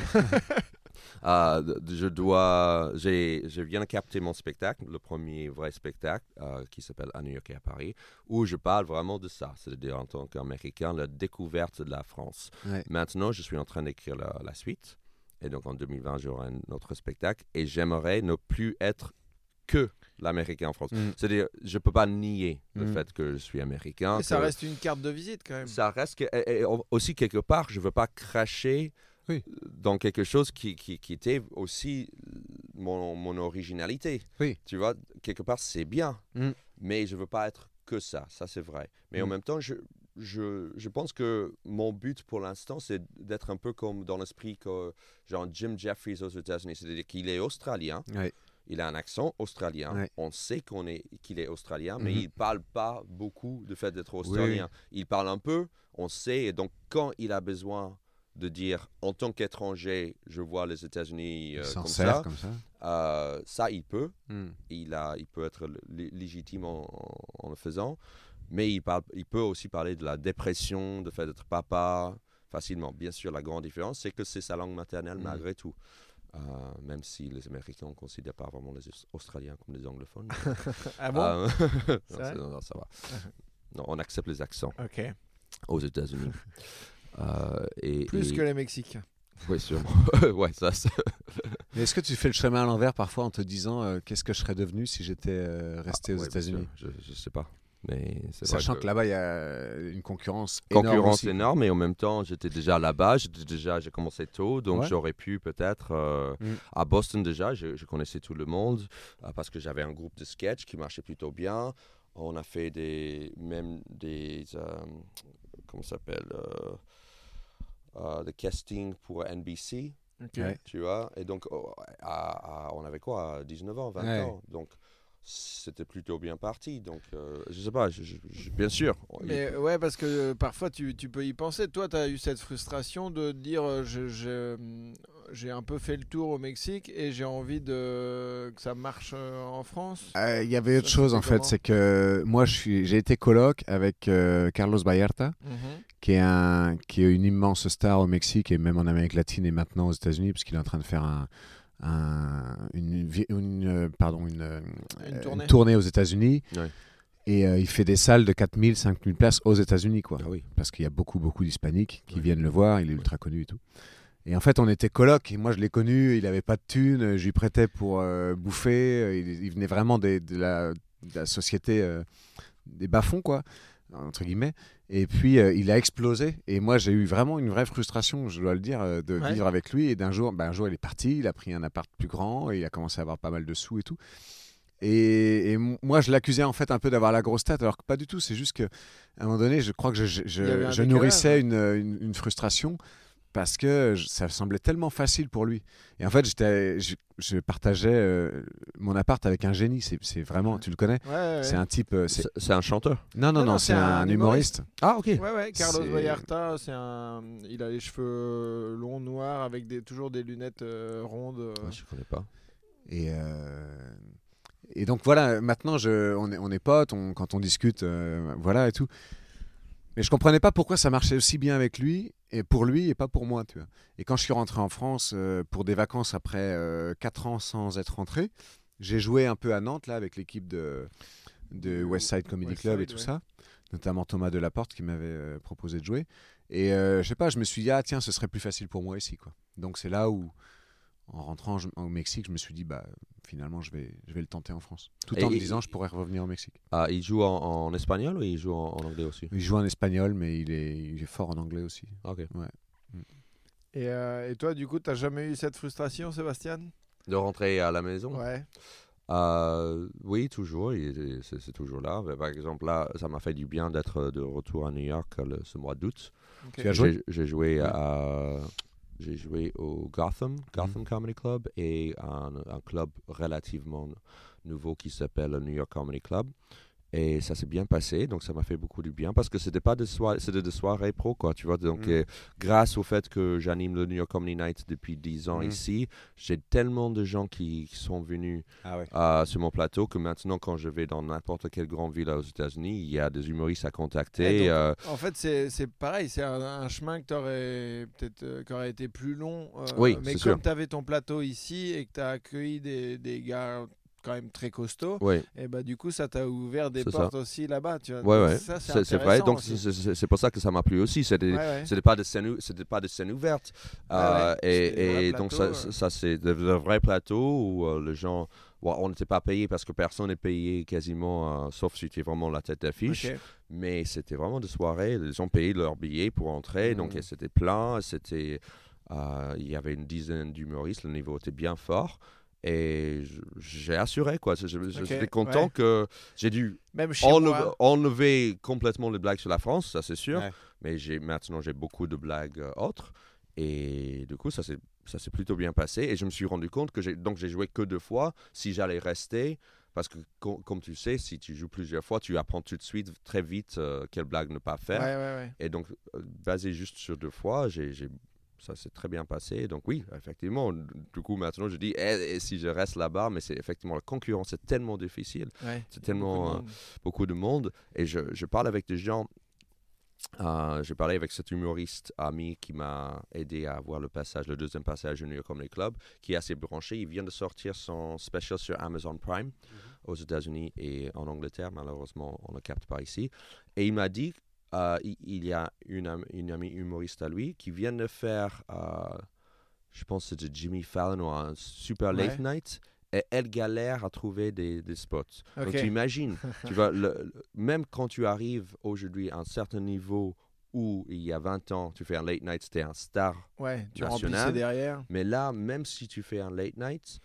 Je viens de capter mon spectacle, le premier vrai spectacle qui s'appelle À New York et à Paris, où je parle vraiment de ça, c'est-à-dire en tant qu'Américain, la découverte de la France. Maintenant, je suis en train d'écrire la suite. Et donc, en 2020, j'aurai un autre spectacle. Et j'aimerais ne plus être que l'américain en France. C'est-à-dire, je peux pas nier le fait que je suis américain. Et ça reste une carte de visite quand même. Ça reste et aussi quelque part, je veux pas cracher dans quelque chose qui était aussi mon originalité. Oui. Tu vois, quelque part, c'est bien, mais je veux pas être que ça c'est vrai. Mais en même temps, je pense que mon but pour l'instant, c'est d'être un peu comme dans l'esprit que genre Jim Jeffries aux États-Unis, c'est-à-dire qu'il est australien. Ouais. Il a un accent australien. Ouais. On sait qu'il est australien, mais il ne parle pas beaucoup du fait d'être australien. Oui. Il parle un peu, on sait. Et donc, quand il a besoin de dire, en tant qu'étranger, je vois les États-Unis comme ça, ça, il peut. Il peut être légitime en le faisant. Mais il peut aussi parler de la dépression, de fait d'être papa, facilement. Bien sûr, la grande différence, c'est que c'est sa langue maternelle malgré tout. Même si les Américains ne considèrent pas vraiment les Australiens comme des anglophones. Ah bon? Non, ça va. Non, on accepte les accents aux États-Unis. Plus que les Mexicains. Oui, sûrement. Ouais, ça. Mais est-ce que tu fais le chemin à l'envers parfois en te disant qu'est-ce que je serais devenu si j'étais resté aux États-Unis? Je ne sais pas. Mais sachant que là-bas, il y a une concurrence énorme et en même temps, j'étais déjà là-bas, j'ai commencé tôt, donc j'aurais pu peut-être... À Boston déjà, je connaissais tout le monde parce que j'avais un groupe de sketch qui marchait plutôt bien. On a fait comment ça s'appelle des castings pour NBC, tu vois. Et donc, on avait quoi, 19 ans, 20 ans, donc... C'était plutôt bien parti, donc je sais pas, bien sûr. Mais ouais, parce que parfois tu peux y penser. Toi, tu as eu cette frustration de dire j'ai un peu fait le tour au Mexique et j'ai envie que ça marche en France. Il y avait autre chose en fait, c'est que moi j'ai été coloc avec Carlos Vallarta, qui est une immense star au Mexique et même en Amérique latine et maintenant aux États-Unis, parce qu'il est en train de faire une tournée aux États-Unis. Ouais. Et il fait des salles de 4000, 5000 places aux États-Unis, quoi. Ah oui. Parce qu'il y a beaucoup d'hispaniques qui viennent le voir, il est ultra connu et tout. Et en fait, on était coloc, et moi je l'ai connu, il n'avait pas de thunes, je lui prêtais pour bouffer, il venait vraiment de la société des bas-fonds, quoi, entre guillemets. Et puis il a explosé et moi j'ai eu vraiment une vraie frustration, je dois le dire, de vivre avec lui. Et un jour il est parti, il a pris un appart plus grand et il a commencé à avoir pas mal de sous et tout. Et moi je l'accusais en fait un peu d'avoir la grosse tête, alors que pas du tout. C'est juste qu'à un moment donné, je crois que je nourrissais une frustration parce que ça semblait tellement facile pour lui. Et en fait, je partageais mon appart avec un génie. C'est vraiment, tu le connais? C'est un type. C'est un chanteur? Non, c'est un humoriste. Ah, ok. Ouais. Carlos Vallarta, il a les cheveux longs, noirs, avec toujours des lunettes rondes. Je connais pas. Et donc voilà, maintenant on est potes, quand on discute, voilà et tout. Mais je comprenais pas pourquoi ça marchait aussi bien avec lui, et pour lui et pas pour moi, tu vois. Et quand je suis rentré en France pour des vacances après 4 ans sans être rentré, j'ai joué un peu à Nantes là avec l'équipe de West Side Comedy Club et tout ça, notamment Thomas Delaporte qui m'avait proposé de jouer. Et je sais pas, je me suis dit tiens, ce serait plus facile pour moi ici, quoi. Donc c'est là où, en rentrant au Mexique, je me suis dit finalement je vais le tenter en France, tout en me disant je pourrais revenir au Mexique. Ah, il joue en espagnol ou il joue en anglais aussi? Il joue en espagnol, mais il est fort en anglais aussi. Ok. Ouais. Et toi, du coup, t'as jamais eu cette frustration, Sébastien? De rentrer à la maison? Ouais. Oui, toujours. C'est toujours là. Mais par exemple, là, ça m'a fait du bien d'être de retour à New York ce mois d'août. Okay. Tu as joué? J'ai joué J'ai joué au Gotham Comedy Club et un club relativement nouveau qui s'appelle le New York Comedy Club. Et ça s'est bien passé, donc ça m'a fait beaucoup du bien parce que c'était des soirées pro, quoi, tu vois. Donc, grâce au fait que j'anime le New York Comedy Night depuis 10 ans ici, j'ai tellement de gens qui sont venus sur mon plateau que maintenant, quand je vais dans n'importe quelle grande ville aux États-Unis, il y a des humoristes à contacter. Donc, en fait, c'est pareil, c'est un chemin que qui aurait été plus long. Oui, mais comme tu avais ton plateau ici et que tu as accueilli des gars quand même très costaud, et du coup ça t'a ouvert des portes aussi là-bas, tu vois. Ça, c'est vrai, donc c'est pour ça que ça m'a plu aussi. C'était pas de scène ouverte, et donc ça c'est de vrais plateaux où les gens, on n'était pas payé parce que personne n'est payé quasiment, sauf si tu es vraiment la tête d'affiche. Ok. Mais c'était vraiment des soirées. Les gens payaient leur billet pour entrer. Donc, c'était plein. Il y avait une dizaine d'humoristes. Le niveau était bien fort. Et j'ai assuré, quoi. J'étais content que j'ai dû Même chez moi. enlever complètement les blagues sur la France, ça c'est sûr. Ouais. Mais maintenant, j'ai beaucoup de blagues autres. Et du coup, ça s'est plutôt bien passé. Et je me suis rendu compte que j'ai joué que 2 fois. Si j'allais rester, parce que comme tu sais, si tu joues plusieurs fois, tu apprends tout de suite, très vite, quelle blague ne pas faire. Ouais. Et donc, basé juste sur 2 fois, ça s'est très bien passé. Donc oui, effectivement, du coup, maintenant, je dis, et si je reste là-bas, mais c'est effectivement, la concurrence est tellement difficile. Ouais, C'est tellement beaucoup de monde. Et je parle avec des gens. J'ai parlé avec cet humoriste ami qui m'a aidé à avoir le deuxième passage au New York Comedy Club, qui est assez branché. Il vient de sortir son special sur Amazon Prime aux États-Unis et en Angleterre. Malheureusement, on ne le capte pas ici. Et il m'a dit, il y a une amie humoriste à lui qui vient de faire, je pense que c'était Jimmy Fallon ou un super late night. Et elle galère à trouver des spots. Donc tu imagines, même quand tu arrives aujourd'hui à un certain niveau où il y a 20 ans, tu fais un late night, c'était un star tu national. remplissais derrière. Mais là, même si tu fais un late night,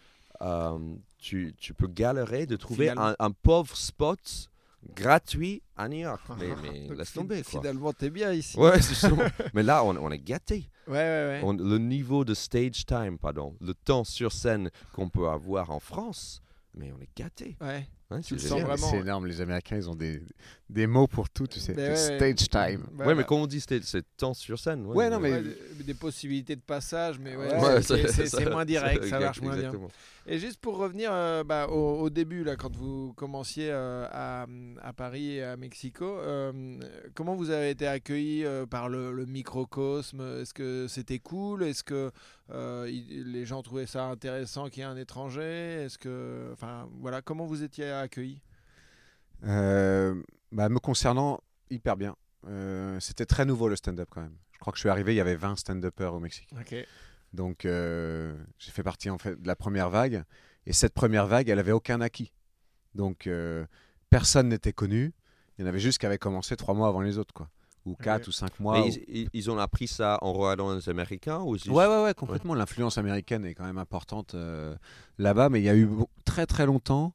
tu peux galérer de trouver un pauvre spot gratuit à New York. Mais laisse tomber, quoi. Finalement, t'es bien ici. Ouais, c'est ça. Mais là, on est gâtés. Ouais. Le niveau de stage time, le temps sur scène qu'on peut avoir en France, mais on est gâtés. Ouais. C'est C'est énorme, les Américains, ils ont des mots pour tout, tu sais. Stage time. Mais quand on dit c'est temps sur scène. Des possibilités de passage, mais c'est moins direct, ça marche moins bien. Et juste pour revenir au début, là, quand vous commenciez à Paris et à Mexico, comment vous avez été accueillis par le microcosme? Est-ce que c'était cool? Est-ce que les gens trouvaient ça intéressant qu'il y ait un étranger? Comment vous étiez accueillis? Me concernant, hyper bien. C'était très nouveau le stand-up quand même. Je crois que je suis arrivé, il y avait 20 stand-uppers au Mexique. Okay. Donc j'ai fait partie en fait de la première vague. Et cette première vague, elle avait aucun acquis. Donc personne n'était connu. Il y en avait juste qui avaient commencé 3 mois avant les autres, quoi. Ou 4 ou 5 mois. Ils ont appris ça en regardant les Américains ou juste... Ouais, complètement. L'influence américaine est quand même importante là-bas. Mais il y a eu très très longtemps,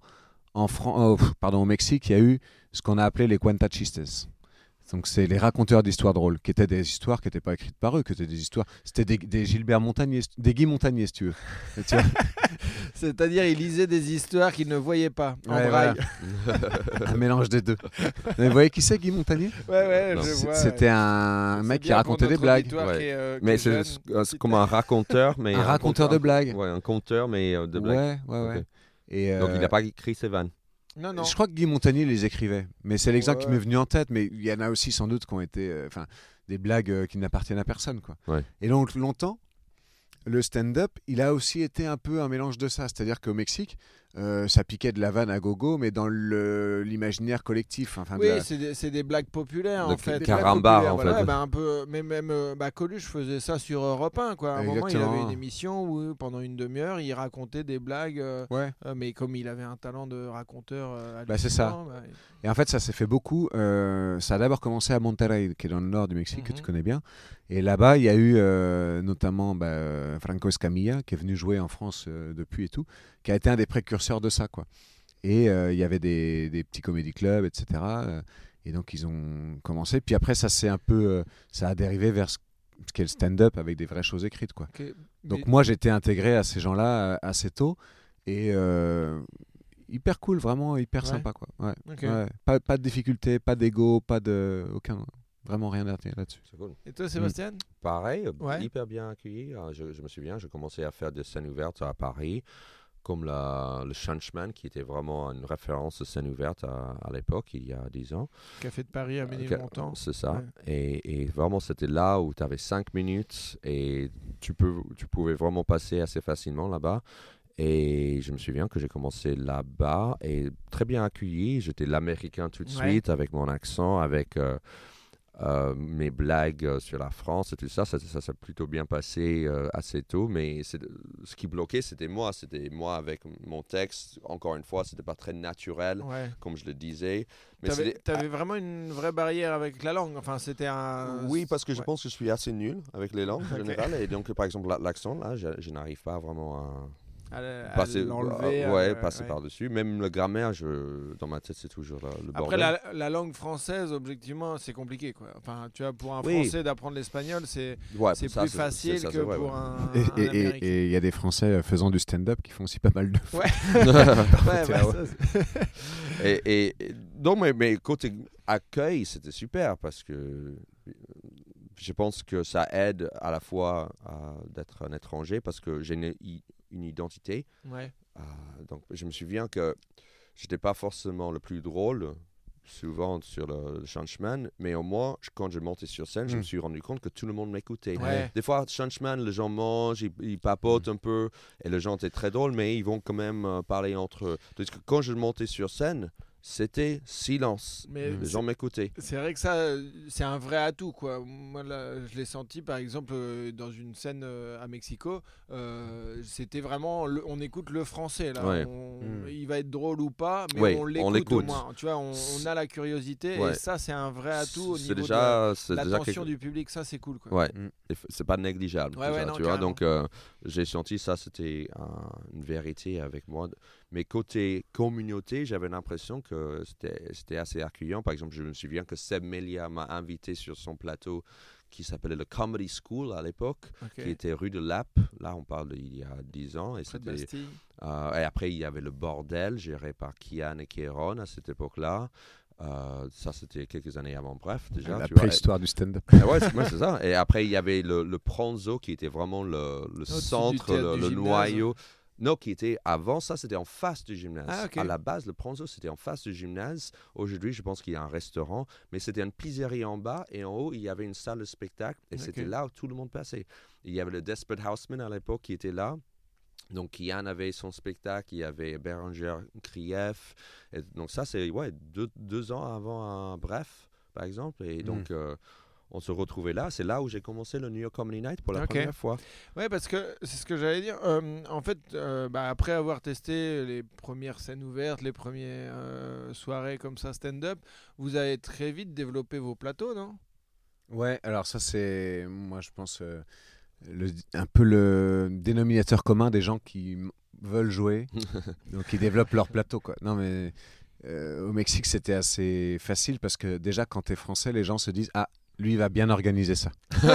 au Mexique, il y a eu ce qu'on a appelé les cuentachistes. Donc c'est les raconteurs d'histoires drôles, qui étaient des histoires qui n'étaient pas écrites par eux, que c'était des histoires, c'était des Gilbert Montagnier, des Guy Montagnier, si tu veux. C'est-à-dire, ils lisaient des histoires qu'ils ne voyaient pas en braille. Voilà. Un mélange des deux. Vous voyez qui c'est, Guy Montagnier? Ouais, je vois. C'était un mec qui racontait des blagues. Mais c'est comme un raconteur, mais un raconteur de blagues. Ouais, un conteur, mais de blagues. Ouais. Okay. Et donc il n'a pas écrit ses vannes. Non. Je crois que Guy Montagnier les écrivait, mais c'est l'exemple qui m'est venu en tête. Mais il y en a aussi sans doute qui ont été, des blagues qui n'appartiennent à personne, quoi. Ouais. Et donc longtemps, le stand-up, il a aussi été un peu un mélange de ça. C'est-à-dire qu'au Mexique, ça piquait de la vanne à gogo, mais dans l'imaginaire collectif. C'est des blagues populaires, en fait. Caramba, en fait. Ouais, un peu, mais même Coluche faisait ça sur Europe 1, quoi. À un moment, il avait une émission où, pendant une demi-heure, il racontait des blagues. Mais comme il avait un talent de raconteur c'est ça. Et en fait, ça s'est fait beaucoup. Ça a d'abord commencé à Monterrey, qui est dans le nord du Mexique, que tu connais bien. Et là-bas, il y a eu notamment Franco Escamilla, qui est venu jouer en France depuis et tout, qui a été un des précurseurs de ça, quoi. Et il y avait des petits comédie clubs, etc. Et donc, ils ont commencé. Puis après, ça s'est un peu... ça a dérivé vers ce qu'est le stand-up avec des vraies choses écrites, quoi. Donc, moi, j'étais intégré à ces gens-là assez tôt. Et... hyper cool, vraiment hyper sympa, quoi. Pas de difficulté, pas d'ego, aucun, vraiment rien à dire là-dessus. C'est cool. Et toi, Sébastien? Pareil, hyper bien accueilli. Je me souviens, j'ai commencé à faire des scènes ouvertes à Paris, comme le Chanchman, qui était vraiment une référence de scène ouverte à l'époque, il y a 10 ans. Café de Paris à Ménilmontant. C'est ça. Ouais. Et vraiment, c'était là où tu avais 5 minutes et tu pouvais vraiment passer assez facilement là-bas. Et je me souviens que j'ai commencé là-bas et très bien accueilli. J'étais l'américain tout de suite avec mon accent, avec mes blagues sur la France et tout ça s'est plutôt bien passé assez tôt. Mais ce qui bloquait, c'était moi avec mon texte. Encore une fois, c'était pas très naturel, comme je le disais. Mais t'avais vraiment une vraie barrière avec la langue. Enfin, c'était un... Oui, parce que je pense que je suis assez nul avec les langues en général. Et donc, par exemple, l'accent, là, je n'arrive pas vraiment à l'enlever, passer par-dessus. Même la grammaire, dans ma tête, c'est toujours le bordel. Après, la langue française, objectivement, c'est compliqué, quoi. Enfin, tu vois, pour un Français d'apprendre l'espagnol, c'est plus facile que pour un Américain. Et il y a des Français faisant du stand-up qui font aussi pas mal de fois. Donc, mais côté accueil, c'était super parce que je pense que ça aide à la fois d'être un étranger parce que j'ai une identité. Donc, je me souviens que j'étais pas forcément le plus drôle souvent sur le Changeman, mais au moins, quand je montais sur scène, je me suis rendu compte que tout le monde m'écoutait. Des fois, Changeman, les gens mangent, ils papotent un peu, et les gens étaient très drôles, mais ils vont quand même parler entre eux. Donc, quand je montais sur scène, c'était silence. Les gens m'écoutaient. C'est vrai que ça, c'est un vrai atout, quoi. Moi, là, je l'ai senti, par exemple, dans une scène à Mexico. C'était vraiment, on écoute le français. Là. Il va être drôle ou pas, mais on l'écoute au moins. Tu vois, on a la curiosité, et ça, c'est un vrai atout au niveau de l'attention du public. Ça, c'est cool, quoi. C'est pas négligeable. Tu vois, donc, j'ai senti ça, c'était une vérité avec moi. Mais côté communauté, j'avais l'impression que c'était assez accueillant. Par exemple, je me souviens que Seb Melia m'a invité sur son plateau qui s'appelait le Comedy School à l'époque, qui était rue de Lappe. Là, on parle d'il y a 10 ans. Et après, il y avait le Bordel, géré par Kian et Kéron à cette époque-là. Ça, c'était quelques années avant. Bref, déjà. La préhistoire du stand-up. C'est ça. Et après, il y avait le Pronzo qui était vraiment le centre, le noyau. Non, qui était avant ça, c'était en face du gymnase. À la base, le Pronzo, c'était en face du gymnase. Aujourd'hui, je pense qu'il y a un restaurant, mais c'était une pizzerie en bas et en haut, il y avait une salle de spectacle et c'était là où tout le monde passait. Il y avait le Desperate Houseman à l'époque qui était là. Donc, Yann avait son spectacle, il y avait Bérangère Krief. Et donc, ça, c'est 2 ans avant Bref, par exemple. Et donc, on se retrouvait là. C'est là où j'ai commencé le New York Comedy Night pour la première fois. Ouais, parce que c'est ce que j'allais dire. En fait, après avoir testé les premières scènes ouvertes, les premières soirées comme ça, stand-up, vous avez très vite développé vos plateaux, non ? Ouais, alors ça, c'est, moi, je pense, un peu le dénominateur commun des gens qui veulent jouer, donc ils développent leur plateau, quoi. Non, mais au Mexique, c'était assez facile parce que déjà, quand tu es français, les gens se disent « Ah, lui, il va bien organiser ça. »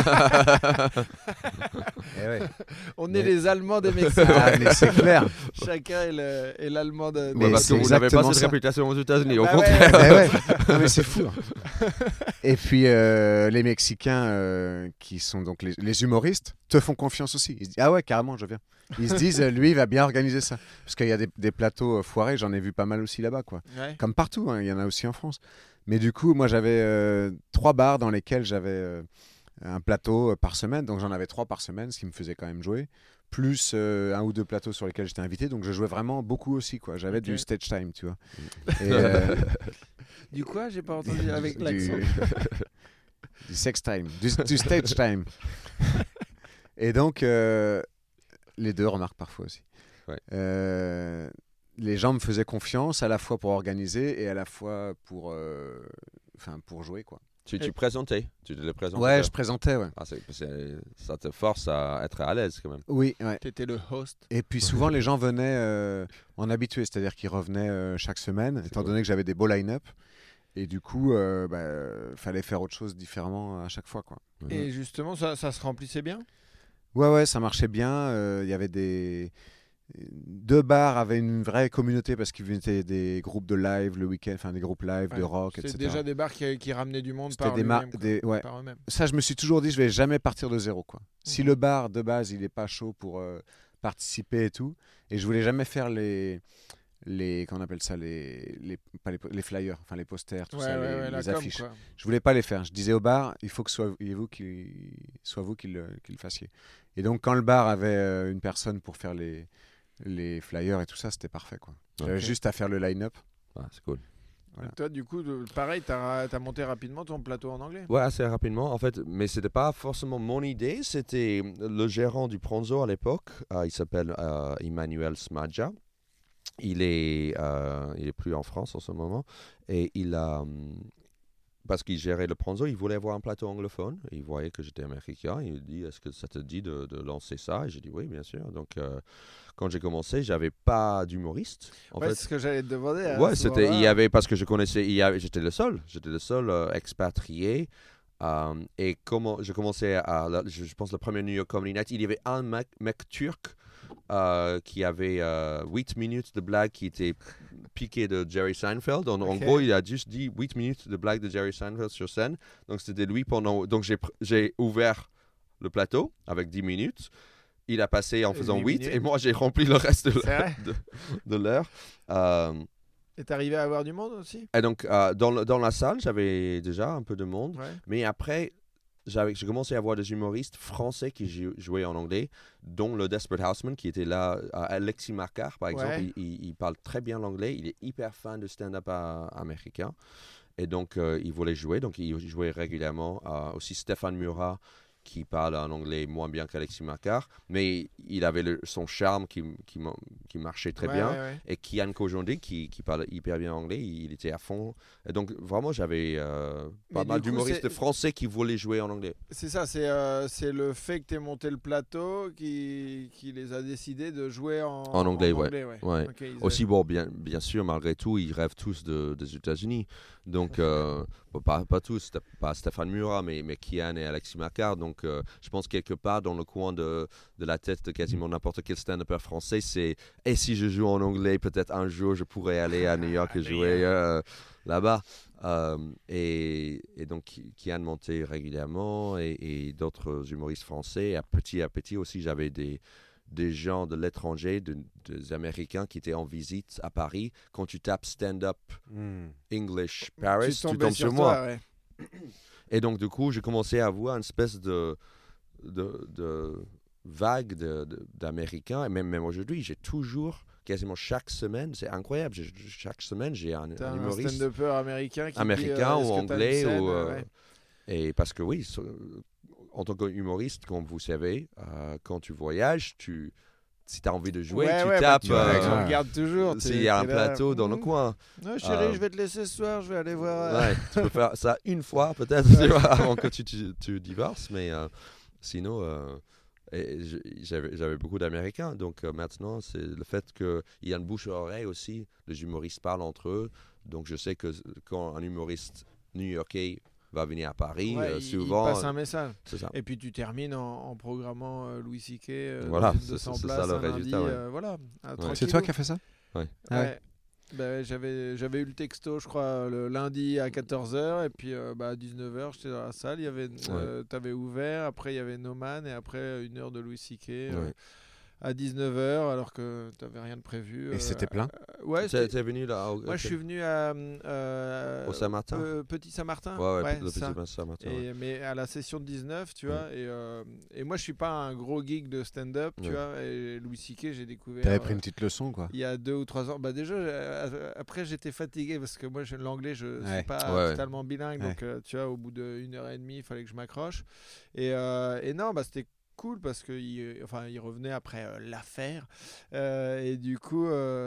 On est les Allemands des Mexicains. Ah, mais c'est clair. Chacun est l'Allemand de... Mais parce que vous n'avez pas cette réputation aux États-Unis, au contraire. Non, mais c'est fou. Et puis, les Mexicains, qui sont donc les humoristes, te font confiance aussi. Ils se disent « Ah ouais, carrément, je viens. » Ils se disent « Lui, il va bien organiser ça. » Parce qu'il y a des plateaux foirés, j'en ai vu pas mal aussi là-bas, quoi. Comme partout, hein, il y en a aussi en France. Mais du coup, moi, j'avais 3 bars dans lesquels j'avais un plateau par semaine. Donc, j'en avais 3 par semaine, ce qui me faisait quand même jouer. Plus 1 ou 2 plateaux sur lesquels j'étais invité. Donc, je jouais vraiment beaucoup aussi, quoi. J'avais du stage time, tu vois. Et, du quoi ? J'ai pas entendu avec l'accent. Du sex time. Du stage time. Et donc, les deux remarquent parfois aussi. Les gens me faisaient confiance à la fois pour organiser et à la fois pour jouer, quoi. Tu présentais, tu te le présentais. Ouais, je présentais, ouais. Ça te force à être à l'aise quand même. Oui, ouais. Tu étais le host. Et puis souvent les gens venaient en habitué, c'est-à-dire qu'ils revenaient chaque semaine, étant donné que j'avais des beaux line-up. Et du coup, fallait faire autre chose différemment à chaque fois, quoi. Et justement, ça se remplissait bien ? Ouais, ça marchait bien. Il y avait 2 bars avaient une vraie communauté parce qu'ils venaient des groupes de live le week-end, enfin des groupes live de rock, etc. C'était déjà des bars qui ramenaient du monde par eux-mêmes. Ça, je me suis toujours dit, je vais jamais partir de zéro, quoi. Si le bar de base, il est pas chaud pour participer et tout, et je voulais jamais faire les qu'on appelle ça les flyers, enfin les posters, tout ça, les affiches. Quoi. Je voulais pas les faire. Je disais au bar, il faut que soit vous qui le fassiez. Et donc quand le bar avait une personne pour faire les flyers et tout ça, c'était parfait, quoi. J'avais juste à faire le line-up. Ah, c'est cool. Voilà. Toi, du coup, pareil, t'as monté rapidement ton plateau en anglais. Ouais, assez rapidement, en fait, mais c'était pas forcément mon idée, c'était le gérant du Pronzo à l'époque, il s'appelle Emmanuel Smadja. Il est plus en France en ce moment, et parce qu'il gérait le Pronzo, il voulait avoir un plateau anglophone. Il voyait que j'étais américain. Il me dit, est-ce que ça te dit de lancer ça? Et j'ai dit, oui, bien sûr. Donc, quand j'ai commencé, j'avais pas d'humoriste. En fait, c'est ce que j'allais te demander. Ouais, parce que je connaissais, j'étais le seul expatrié. Et comment je commençais je pense le premier New York Comedy Night, il y avait un mec turc qui avait 8 minutes de blagues qui étaient piquées de Jerry Seinfeld. En gros, il a juste dit 8 minutes de blagues de Jerry Seinfeld sur scène. Donc, c'était lui pendant... Donc, j'ai ouvert le plateau avec 10 minutes. Il a passé en faisant 8 et moi, j'ai rempli le reste de l'heure. Et t'arrivais à avoir du monde aussi? Et donc, dans la salle, j'avais déjà un peu de monde. Ouais. Mais après... J'ai commencé à voir des humoristes français qui jouaient en anglais, dont le Desperate Houseman qui était là, Alexis Marcard par exemple. Ouais. Il parle très bien l'anglais, il est hyper fan de stand-up américain. Et donc, il voulait jouer, donc il jouait régulièrement. Aussi Stéphane Murat, qui parle un anglais moins bien qu'Alexis Marcard, mais il avait son charme qui marchait très bien. Ouais. Et Kian Kojandi, qui parle hyper bien anglais, il était à fond. Et donc, vraiment, j'avais pas mal d'humoristes français qui voulaient jouer en anglais. C'est ça, c'est le fait que tu aies monté le plateau qui les a décidé de jouer en anglais. Ouais. Okay, aussi, bon, bien sûr, malgré tout, ils rêvent tous des États-Unis. Donc, pas tous, pas Stéphane Murat, mais Kian et Alexis Marcard. Donc, je pense quelque part dans le coin de la tête de quasiment n'importe quel stand-upper français, c'est « Et si je joue en anglais, peut-être un jour, je pourrais aller à New York et jouer là-bas ». Et donc, Kian montait régulièrement et d'autres humoristes français. À petit aussi, j'avais des gens de l'étranger, des Américains qui étaient en visite à Paris. Quand tu tapes stand-up English Paris, tu tombes sur moi. Toi, ouais. Et donc, du coup, j'ai commencé à avoir une espèce de vague d'Américains. Et même aujourd'hui, j'ai toujours, quasiment chaque semaine, c'est incroyable, chaque semaine, j'ai un humoriste. Un stand-upper américain qui américain dit, ou anglais. ouais. Et parce que oui, en tant qu'humoriste, comme vous savez, quand tu voyages, si tu as envie de jouer, tu tapes. Tu regardes toujours. S'il y a un plateau dans le coin. Non, chérie, je vais te laisser ce soir, je vais aller voir. Ouais, tu peux faire ça une fois peut-être avant que tu divorces. Mais sinon, j'avais beaucoup d'Américains. Donc maintenant, c'est le fait qu'il y a une bouche à oreille aussi. Les humoristes parlent entre eux. Donc je sais que quand un humoriste new-yorkais va venir à Paris, souvent... Il passe un message. C'est ça. Et puis tu termines en programmant Louis C.K. Voilà, 200 c'est places ça le un résultat. lundi, voilà, C'est toi qui as fait ça? Ouais. Bah, j'avais eu le texto, je crois, le lundi à 14h, et puis à 19h, j'étais dans la salle, t'avais ouvert, après il y avait No Man, et après 1 heure de Louis C.K. À 19h, alors que tu n'avais rien de prévu. Et c'était plein? Ouais. T'es venu là? Moi, je suis venu à... au Saint-Martin? Petit Saint-Martin. Ouais, le Petit Saint-Martin. Mais à la session de 19, tu vois. Et moi, je suis pas un gros geek de stand-up, tu vois. Et Louis C.K., j'ai découvert... T'avais pris une petite leçon, quoi? Il y a 2 ou 3 ans. Bah, déjà, après, j'étais fatigué parce que moi, l'anglais, je suis pas totalement bilingue. Donc, tu vois, au bout d'1 heure et demie, il fallait que je m'accroche. Et non, c'était cool parce qu'il revenait après l'affaire et du coup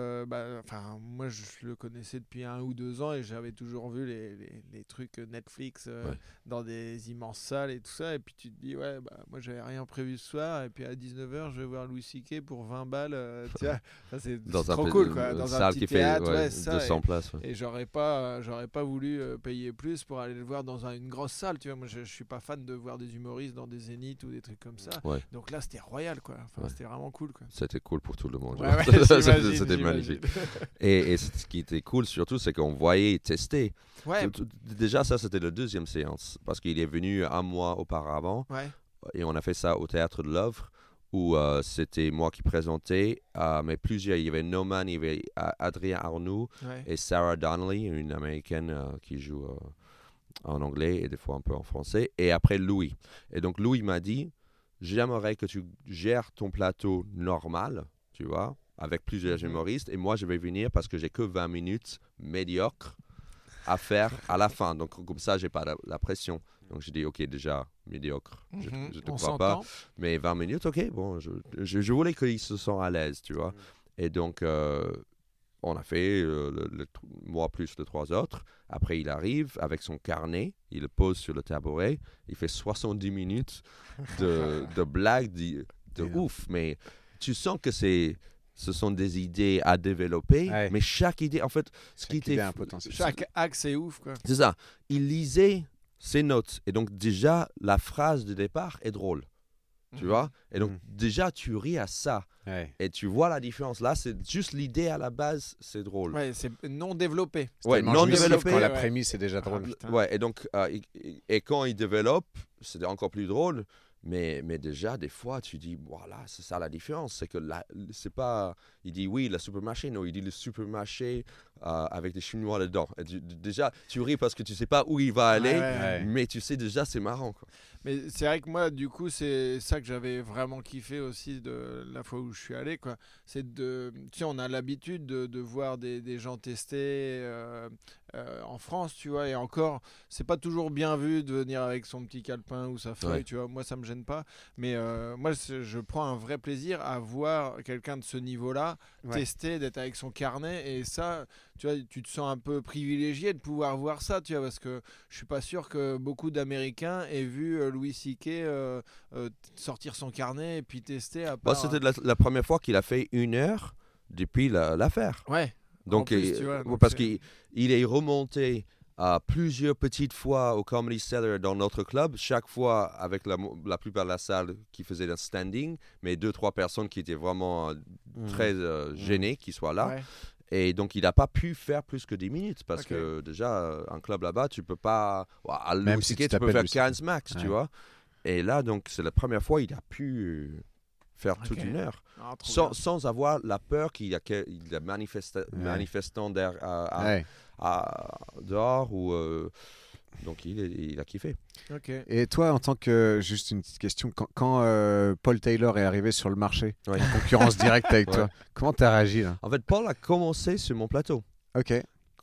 moi je le connaissais depuis 1 ou 2 ans et j'avais toujours vu les trucs Netflix dans des immenses salles et tout ça, et puis tu te dis moi j'avais rien prévu ce soir et puis à 19h je vais voir Louis C.K. pour 20 balles, tu vois, c'est trop cool quoi, dans un petit théâtre qui fait 200 places et j'aurais pas voulu payer plus pour aller le voir dans une grosse salle, tu vois. Moi je suis pas fan de voir des humoristes dans des zéniths ou des trucs comme ça. Donc là c'était royal quoi, c'était vraiment cool quoi. C'était cool pour tout le monde. C'était magnifique. Et ce qui était cool surtout, c'est qu'on voyait tester. Déjà ça c'était la 2e séance parce qu'il est venu 1 mois auparavant et on a fait ça au Théâtre de l'Œuvre où c'était moi qui présentais, mais plusieurs, il y avait No Man, il y avait Adrien Arnoux et Sarah Donnelly, une américaine qui joue en anglais et des fois un peu en français, et après Louis. Et donc Louis m'a dit, j'aimerais que tu gères ton plateau normal, tu vois, avec plusieurs humoristes, et moi je vais venir parce que j'ai que 20 minutes médiocres à faire à la fin. Donc comme ça, j'ai pas la pression. Donc j'ai dit, ok, déjà médiocre, je te crois pas. Mais 20 minutes, ok, bon, je voulais qu'ils se sentent à l'aise, tu vois. Et donc, on a fait moi plus les 3 autres. Après, il arrive avec son carnet, il le pose sur le tabouret, il fait 70 minutes de blagues de ouf. Mais tu sens que ce sont des idées à développer, mais chaque idée, en fait, chaque axe est ouf, quoi. C'est ça. Il lisait ses notes. Et donc, déjà, la phrase de départ est drôle. Tu vois? Et donc, déjà, tu ris à ça. Ouais. Et tu vois la différence. Là, c'est juste l'idée à la base, c'est drôle. Ouais, c'est non développé. Ouais, non développé. Quand la prémisse est déjà drôle. Ouais, et donc, et quand il développe, c'est encore plus drôle. Mais déjà, des fois, tu dis, voilà, c'est ça la différence. C'est que c'est pas. Il dit oui, le supermarché. Non, il dit le supermarché avec des Chinois dedans. Et déjà, tu ris parce que tu sais pas où il va aller, mais tu sais déjà, c'est marrant, quoi. Mais c'est vrai que moi, du coup, c'est ça que j'avais vraiment kiffé aussi de la fois où je suis allé, quoi. C'est tu sais, on a l'habitude de voir des gens tester en France, tu vois, et encore, c'est pas toujours bien vu de venir avec son petit calepin ou sa feuille, tu vois. Moi, ça me gêne pas, mais moi, je prends un vrai plaisir à voir quelqu'un de ce niveau-là tester, d'être avec son carnet, et ça, tu vois, tu te sens un peu privilégié de pouvoir voir ça, tu vois, parce que je suis pas sûr que beaucoup d'Américains aient vu Louis C.K. Sortir son carnet et puis tester à part... C'était la première fois qu'il a fait 1 heure depuis l'affaire. Ouais. Donc, plus, tu vois, parce qu'il est remonté plusieurs petites fois au Comedy Cellar dans notre club, chaque fois avec la plupart de la salle qui faisait un standing, mais 2-3 personnes qui étaient vraiment très gênées qu'ils soient là. Ouais. Et donc, il n'a pas pu faire plus que 10 minutes parce que déjà, un club là-bas, tu peux pas... Même si tu peux faire 15 max, tu vois. Et là, donc, c'est la première fois qu'il a pu faire toute 1 heure sans avoir la peur qu'il y a manifestant dehors ou... Donc, il a kiffé. Okay. Et toi, en tant que... Juste une petite question. Quand Paul Taylor est arrivé sur le marché, en concurrence directe avec toi, comment tu as réagi là? En fait, Paul a commencé sur mon plateau. Ok.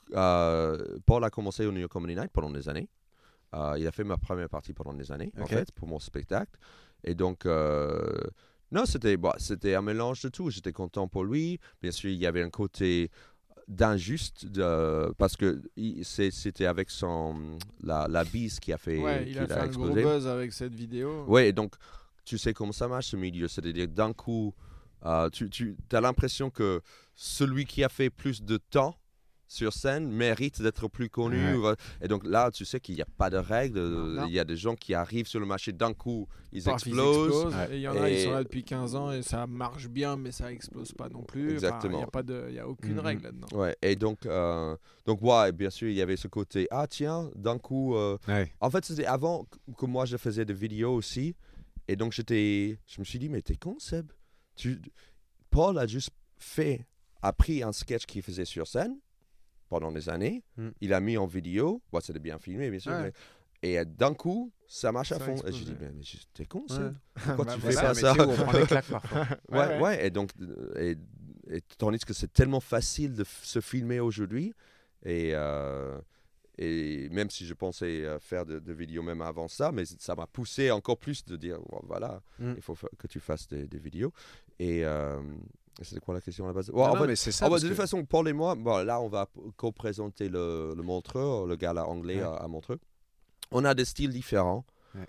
Paul a commencé au New York Comedy Night pendant des années. Il a fait ma première partie pendant des années, en fait, pour mon spectacle. Et donc... non, c'était un mélange de tout. J'étais content pour lui. Bien sûr, il y avait un côté... d'injuste parce que c'était avec la bise qui a fait il a fait un gros buzz avec cette vidéo. Ouais, donc tu sais comment ça marche ce milieu, c'est-à-dire d'un coup tu as l'impression que celui qui a fait plus de temps sur scène mérite d'être plus connu. Et donc là, tu sais qu'il n'y a pas de règles. Il y a des gens qui arrivent sur le marché, d'un coup, ils explosent. Et il y en a, ils sont là depuis 15 ans et ça marche bien, mais ça explose pas non plus. Exactement. Il n'y a aucune règle là-dedans. Ouais, et donc bien sûr, il y avait ce côté, tiens, d'un coup... En fait, c'était avant que moi, je faisais des vidéos aussi. Et donc, je me suis dit, mais t'es con, Seb. Paul a juste pris un sketch qu'il faisait sur scène pendant des années, il a mis en vidéo, c'était bien filmé, bien sûr, et d'un coup, ça marche à fond. Et je dis, mais t'es con, ça. Pourquoi tu fais pas ça? On prend des claques parfois. Et donc, et tandis que c'est tellement facile de se filmer aujourd'hui, et même si je pensais faire de vidéos même avant ça, mais ça m'a poussé encore plus de dire, voilà, il faut que tu fasses des vidéos. Et... c'était quoi la question à la base? Mais c'est ça. De toute façon, Paul et moi, là, on va co-présenter le Montreux, le gala anglais à Montreux. On a des styles différents.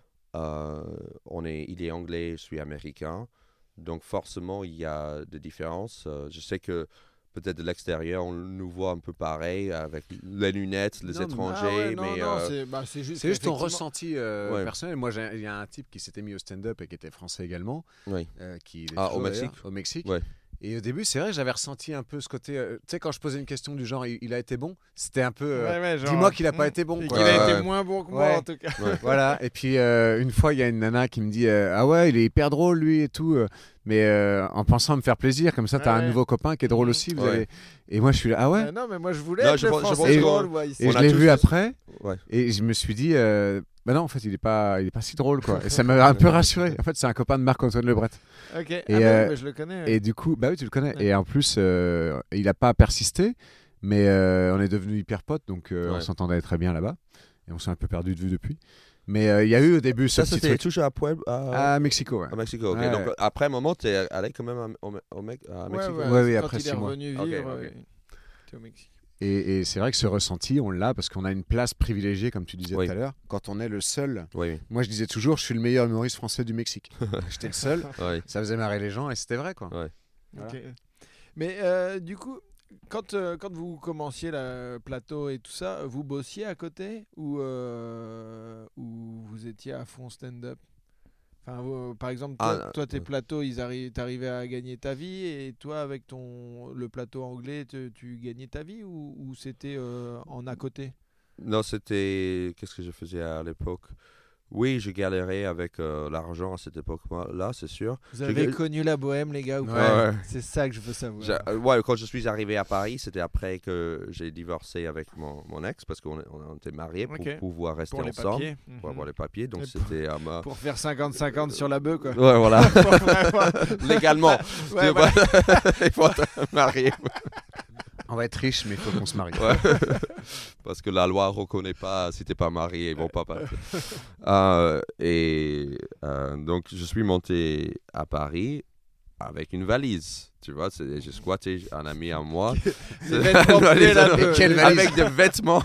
Ouais. Il est anglais, je suis américain. Donc, forcément, il y a des différences. Je sais que peut-être de l'extérieur, on nous voit un peu pareil avec les lunettes, les étrangers. C'est juste ton ressenti personnel. Moi, il y a un type qui s'était mis au stand-up et qui était français également. Oui. Qui au Mexique. Ouais. Et au début, c'est vrai, j'avais ressenti un peu ce côté... tu sais, quand je posais une question du genre, il a été bon, c'était un peu... dis-moi qu'il n'a pas été bon. Qu'il a été moins bon que moi, en tout cas. Ouais. Voilà. Et puis, une fois, il y a une nana qui me dit ah ouais, il est hyper drôle, lui, et tout. Mais en pensant me faire plaisir, comme ça, tu as un nouveau copain qui est drôle aussi. Et moi, je suis là, ah ouais. Non, mais moi, je voulais être le français drôle. Et je l'ai vu après, et je me suis dit... bah non, en fait, il est pas si drôle, quoi. Et ça m'a un peu rassuré. En fait, c'est un copain de Marc-Antoine Lebret. Ok. Mais je le connais. Et du coup, bah oui, tu le connais. Ouais. Et en plus, il a pas persisté. Mais on est devenus hyper potes, donc on s'entendait très bien là-bas. Et on s'est un peu perdu de vue depuis. Mais il y a eu au début ce petit truc. Toujours à Puebla, à Mexico, ouais. À Mexico, ok. Ouais. Donc après un moment, tu es allé quand même à Mexico. Oui, quand après il est 6 mois. revenu vivre, t'es au Mexique. Et c'est vrai que ce ressenti, on l'a parce qu'on a une place privilégiée, comme tu disais tout à l'heure, quand on est le seul. Oui. Moi, je disais toujours, je suis le meilleur humoriste français du Mexique. J'étais le seul. Ça faisait marrer les gens et c'était vrai, quoi. Ouais. Voilà. Okay. Mais du coup, quand vous commenciez le plateau et tout ça, vous bossiez à côté ou vous étiez à fond stand-up? Enfin, par exemple, toi tes plateaux, t'arrivais à gagner ta vie, et toi, avec le plateau anglais, tu gagnais ta vie ou c'était en à côté? Non, c'était... Qu'est-ce que je faisais à l'époque? Oui, je galérais avec l'argent à cette époque-là, c'est sûr. Vous avez connu la bohème, les gars, ou pas? Ouais. C'est ça que je veux savoir. Quand je suis arrivé à Paris, c'était après que j'ai divorcé avec mon ex, parce qu'on était mariés pour pouvoir rester ensemble, pour avoir les papiers. Donc c'était pour faire 50-50 sur la bœuf, quoi. Ouais, voilà. Légalement. Ouais, voilà. Il faut être marié. On va être riche, mais il faut qu'on se marie. Ouais. Parce que la loi ne reconnaît pas si tu n'es pas marié, ils ne vont pas partir. Donc, je suis monté à Paris avec une valise. Tu vois, j'ai squatté un ami à moi. Avec des vêtements.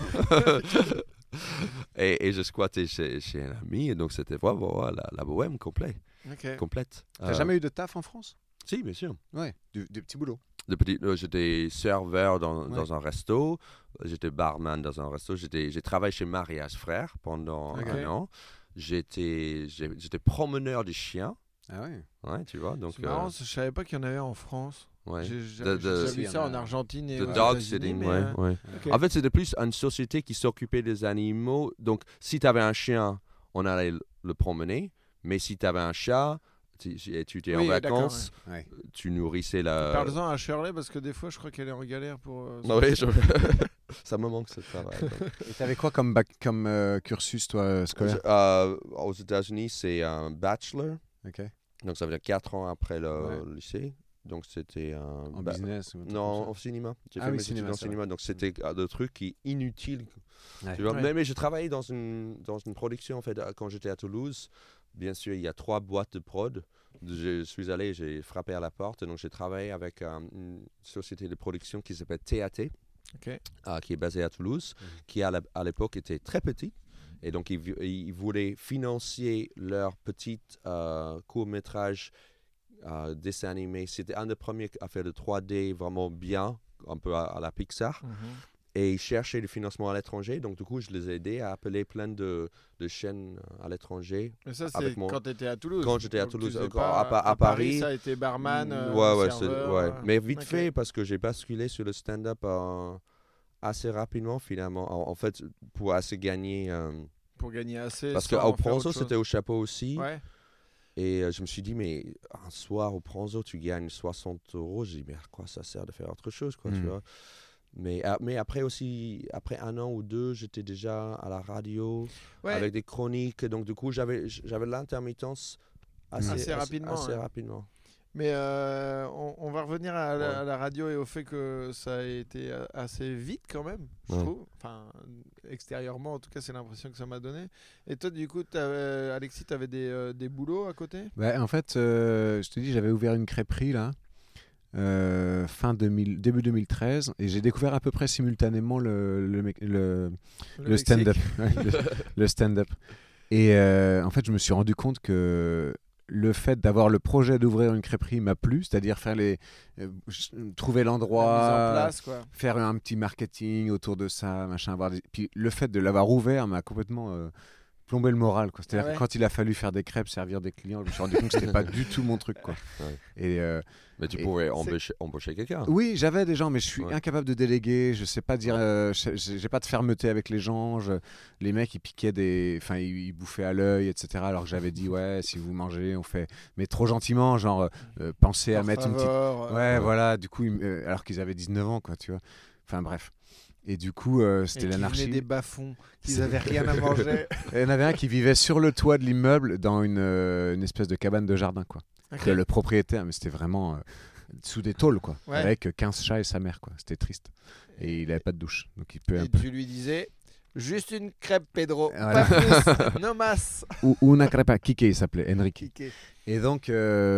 et je squattais chez un ami. Et donc, c'était vraiment la bohème complète. T'as jamais eu de taf en France? Si, bien sûr. Ouais, des petits boulots. J'étais serveur dans un resto, j'étais barman dans un resto, j'ai travaillé chez Mariage Frères pendant un an. J'étais promeneur de chiens. Ah ouais. Ouais, tu vois. Donc, c'est marrant, je savais pas qu'il y en avait en France. Ouais. J'ai vu ça en Argentine et aux dog sitting, ouais. Okay. En fait, c'était plus une société qui s'occupait des animaux. Donc, si tu avais un chien, on allait le promener. Mais si tu avais un chat, et tu étais en vacances, tu nourrissais la... Parle-en à Shirley, parce que des fois, je crois qu'elle est en galère pour... Ça me manque ce travail. Et tu avais quoi comme cursus, toi, scolaire? Aux États-Unis, c'est un bachelor. Okay. Donc, ça veut dire 4 ans après le lycée. Donc, c'était un... En business ou non, au cinéma. J'ai fait mes études en cinéma. Donc, c'était des trucs inutiles. Tu vois? Mais je travaillais dans une production, en fait, quand j'étais à Toulouse. Bien sûr, il y a 3 boîtes de prod. Je suis allé, j'ai frappé à la porte. Donc, j'ai travaillé avec une société de production qui s'appelle TAT, qui est basée à Toulouse, qui à l'époque était très petite. Et donc, ils voulaient financer leur petit court-métrage dessin animé. C'était un des premiers à faire de 3D vraiment bien, un peu à la Pixar. Et ils cherchaient du financement à l'étranger. Donc, du coup, je les ai aidés à appeler plein de chaînes à l'étranger. Mais ça, c'est quand tu étais à Toulouse. Quand j'étais à Toulouse. À Paris, ça a été barman, serveur. Mais vite fait, parce que j'ai basculé sur le stand-up assez rapidement, finalement. En fait, pour assez gagner... pour gagner assez. Parce qu'au Pronzo, c'était au chapeau aussi. Ouais. Et je me suis dit, mais un soir au Pronzo, tu gagnes 60 €. J'ai dit, mais à quoi ça sert de faire autre chose, quoi, tu vois? Mais après aussi, après 1 an ou 2, j'étais déjà à la radio avec des chroniques. Donc, du coup, j'avais l'intermittence assez rapidement. Mais on va revenir à la radio et au fait que ça a été assez vite quand même, je trouve. Enfin, extérieurement, en tout cas, c'est l'impression que ça m'a donné. Et toi, du coup, Alexis, tu avais des boulots à côté? En fait, je te dis, j'avais ouvert une crêperie là. Début 2013, et j'ai découvert à peu près simultanément le stand-up. le stand-up. Et en fait, je me suis rendu compte que le fait d'avoir le projet d'ouvrir une crêperie m'a plu, c'est-à-dire trouver l'endroit, faire un petit marketing autour de ça, machin. Puis le fait de l'avoir ouvert m'a complètement plomber le moral, quoi. C'est-à-dire que quand il a fallu faire des crêpes, servir des clients, je me suis rendu compte que c'était pas du tout mon truc, quoi. Mais tu pouvais embaucher quelqu'un. Oui, j'avais des gens, mais je suis incapable de déléguer. Je sais pas dire, j'ai pas de fermeté avec les gens. Les mecs, ils piquaient ils bouffaient à l'œil, etc. Alors que j'avais dit, si vous mangez, on fait, mais trop gentiment, genre, pensez à mettre une petite, voilà. Du coup, alors qu'ils avaient 19 ans, quoi, tu vois. Enfin bref. Et du coup, c'était l'anarchie. Ils venaient des bas-fonds, qu'ils n'avaient rien à manger. Il y en avait un qui vivait sur le toit de l'immeuble dans une espèce de cabane de jardin, quoi. Le propriétaire, mais c'était vraiment sous des tôles, quoi, Ouais. avec 15 chats et sa mère, quoi. C'était triste. Et il n'avait pas de douche. Donc il peut un Et peu... tu lui disais juste une crêpe, Pedro. Voilà. Pas plus. No mas. Ou una crepa, Kike, il s'appelait, Enrique. Kiké. Et donc,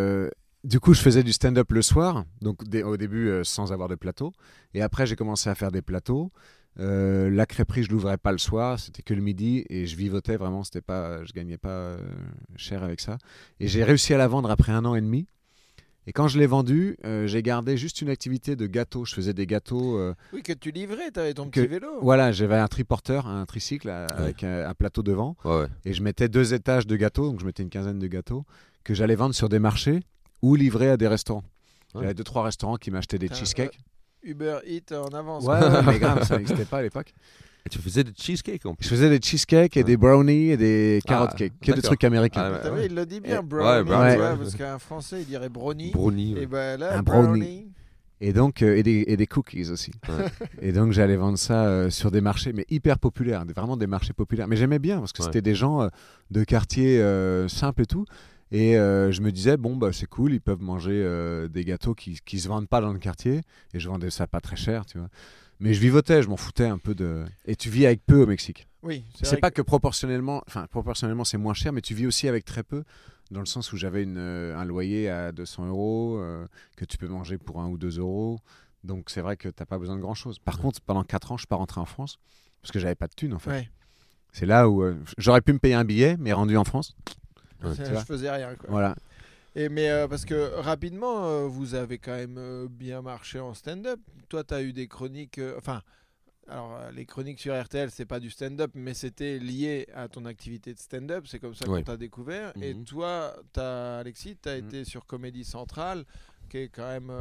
du coup, je faisais du stand-up le soir, donc au début sans avoir de plateau. Et après, j'ai commencé à faire des plateaux. La crêperie, je l'ouvrais pas le soir, c'était que le midi et je vivotais vraiment, c'était pas, je gagnais pas cher avec ça. Et j'ai réussi à la vendre après 1 an et demi. Et quand je l'ai vendue, j'ai gardé juste une activité de gâteau. Je faisais des gâteaux. Oui, que tu livrais, tu avais ton Que- petit vélo. Voilà, j'avais un triporteur, un tricycle avec un plateau devant. Ouais. Et je mettais 2 étages de gâteaux, donc je mettais une quinzaine de gâteaux que j'allais vendre sur des marchés ou livrer à des restaurants. Ouais. J'avais 2-3 restaurants qui m'achetaient des Putain, cheesecakes. Uber Eats en avance. Ouais, ouais, mais grave, ça n'existait pas à l'époque. Et tu faisais des cheesecakes en plus. Je faisais des cheesecakes et des brownies et des carrot Ah, cakes, que des d'accord. trucs américains. Ah, ouais. T'as vu, il le dit bien, Et- brownie, brownie, tu vois, ouais. parce qu'un français, il dirait brownie. Brownie. Et Ouais. ben là, Un brownie. brownie. Et donc, et des cookies aussi. Ouais. Et donc, j'allais vendre ça sur des marchés, mais hyper populaires, vraiment des marchés populaires. Mais j'aimais bien parce que Ouais. c'était des gens de quartiers simples et tout. Et je me disais, bon, bah, c'est cool, ils peuvent manger des gâteaux qui se vendent pas dans le quartier. Et je vendais ça pas très cher, tu vois. Mais je vivotais, je m'en foutais un peu de. Et tu vis avec peu au Mexique. Oui, C'est vrai pas que proportionnellement c'est moins cher, mais tu vis aussi avec très peu, dans le sens où j'avais un loyer à 200 € que tu peux manger pour 1 ou 2 €. Donc c'est vrai que t'as pas besoin de grand chose. Par contre, pendant 4 ans, je suis pas rentré en France parce que j'avais pas de thunes en fait. Ouais. C'est là où j'aurais pu me payer un billet, mais rendu en France. Ouais. Ça, tu vois. je faisais rien, quoi. Voilà. Mais parce que rapidement, vous avez quand même bien marché en stand-up. Toi, tu as eu des chroniques. Alors, les chroniques sur RTL, c'est pas du stand-up, mais c'était lié à ton activité de stand-up. C'est comme ça Ouais. qu'on t'a découvert. Et Mhm. toi, Alexis, tu as été sur Comédie Centrale, qui est quand même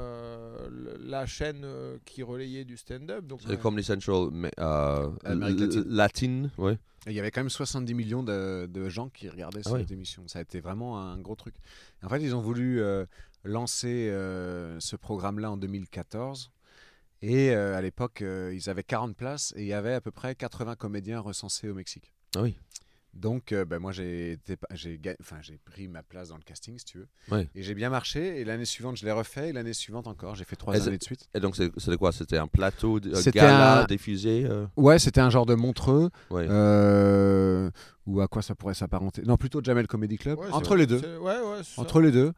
la chaîne qui relayait du stand-up. Donc, C'est comme les Central Amérique latine. latine, ouais. Et il y avait quand même 70 millions de gens qui regardaient Ah cette ouais. émission. Ça a été vraiment un gros truc. En fait, ils ont voulu lancer ce programme-là en 2014. Et à l'époque, ils avaient 40 places et il y avait à peu près 80 comédiens recensés au Mexique. Ah oui. Donc, moi, j'ai pris ma place dans le casting, si tu veux. Ouais. Et j'ai bien marché. Et l'année suivante, je l'ai refait. Et l'année suivante encore, j'ai fait 3 Et années de suite. Et donc, c'était quoi? C'était un plateau C'était gala un- diffusé Ouais, c'était un genre de Montreux. Ouais. Ou à quoi ça pourrait s'apparenter? Non, plutôt Jamel Comedy Club. ouais, Entre les deux. Ouais, c'est ça. Entre les deux.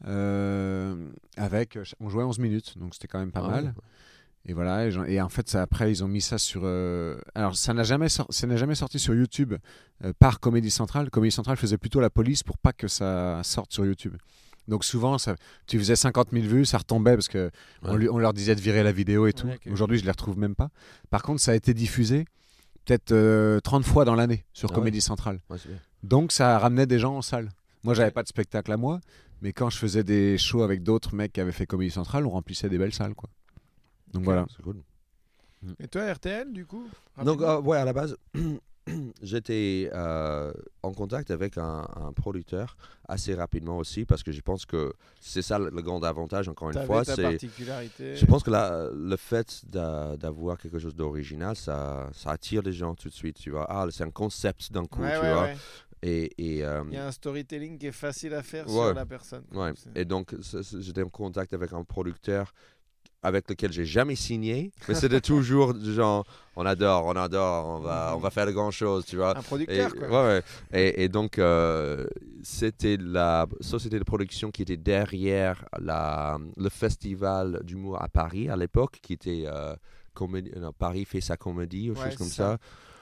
On jouait 11 minutes. Donc, c'était quand même pas Ah mal. ouais. Et voilà, et en fait, après, ils ont mis ça sur. Alors, ça n'a jamais sorti sur YouTube par Comédie Centrale. Comédie Centrale faisait plutôt la police pour pas que ça sorte sur YouTube. Donc, souvent, tu faisais 50 000 vues, ça retombait parce que Ouais. on leur disait de virer la vidéo et tout. Ouais, ok. Aujourd'hui, je les retrouve même pas. Par contre, ça a été diffusé peut-être 30 fois dans l'année sur Ah Comédie Centrale. Ouais, c'est bien. Donc, ça ramenait des gens en salle. Moi, j'avais Ouais. pas de spectacle à moi, mais quand je faisais des shows avec d'autres mecs qui avaient fait Comédie Centrale, on remplissait des belles salles, quoi. Donc voilà. C'est cool. Et toi, RTL, du coup Donc, rapidement ouais, à la base, j'étais en contact avec un producteur assez rapidement aussi parce que je pense que c'est ça le grand avantage, encore une T'avais fois. ta C'est, particularité. je pense que le fait d'avoir quelque chose d'original, ça attire les gens tout de suite. Tu vois, c'est un concept d'un coup, Ouais, tu ouais, vois. ouais. Et, Il y a un storytelling qui est facile à faire Ouais. sur la personne. ouais. C'est- Et donc, j'étais en contact avec un producteur avec lequel j'ai jamais signé, mais c'était toujours du genre, on adore, on va faire de grandes choses, tu vois. Un producteur, Et, quoi. ouais. Et donc, c'était la société de production qui était derrière le festival d'humour à Paris à l'époque, qui était Paris fait sa comédie, ou Ouais, chose comme c'est ça.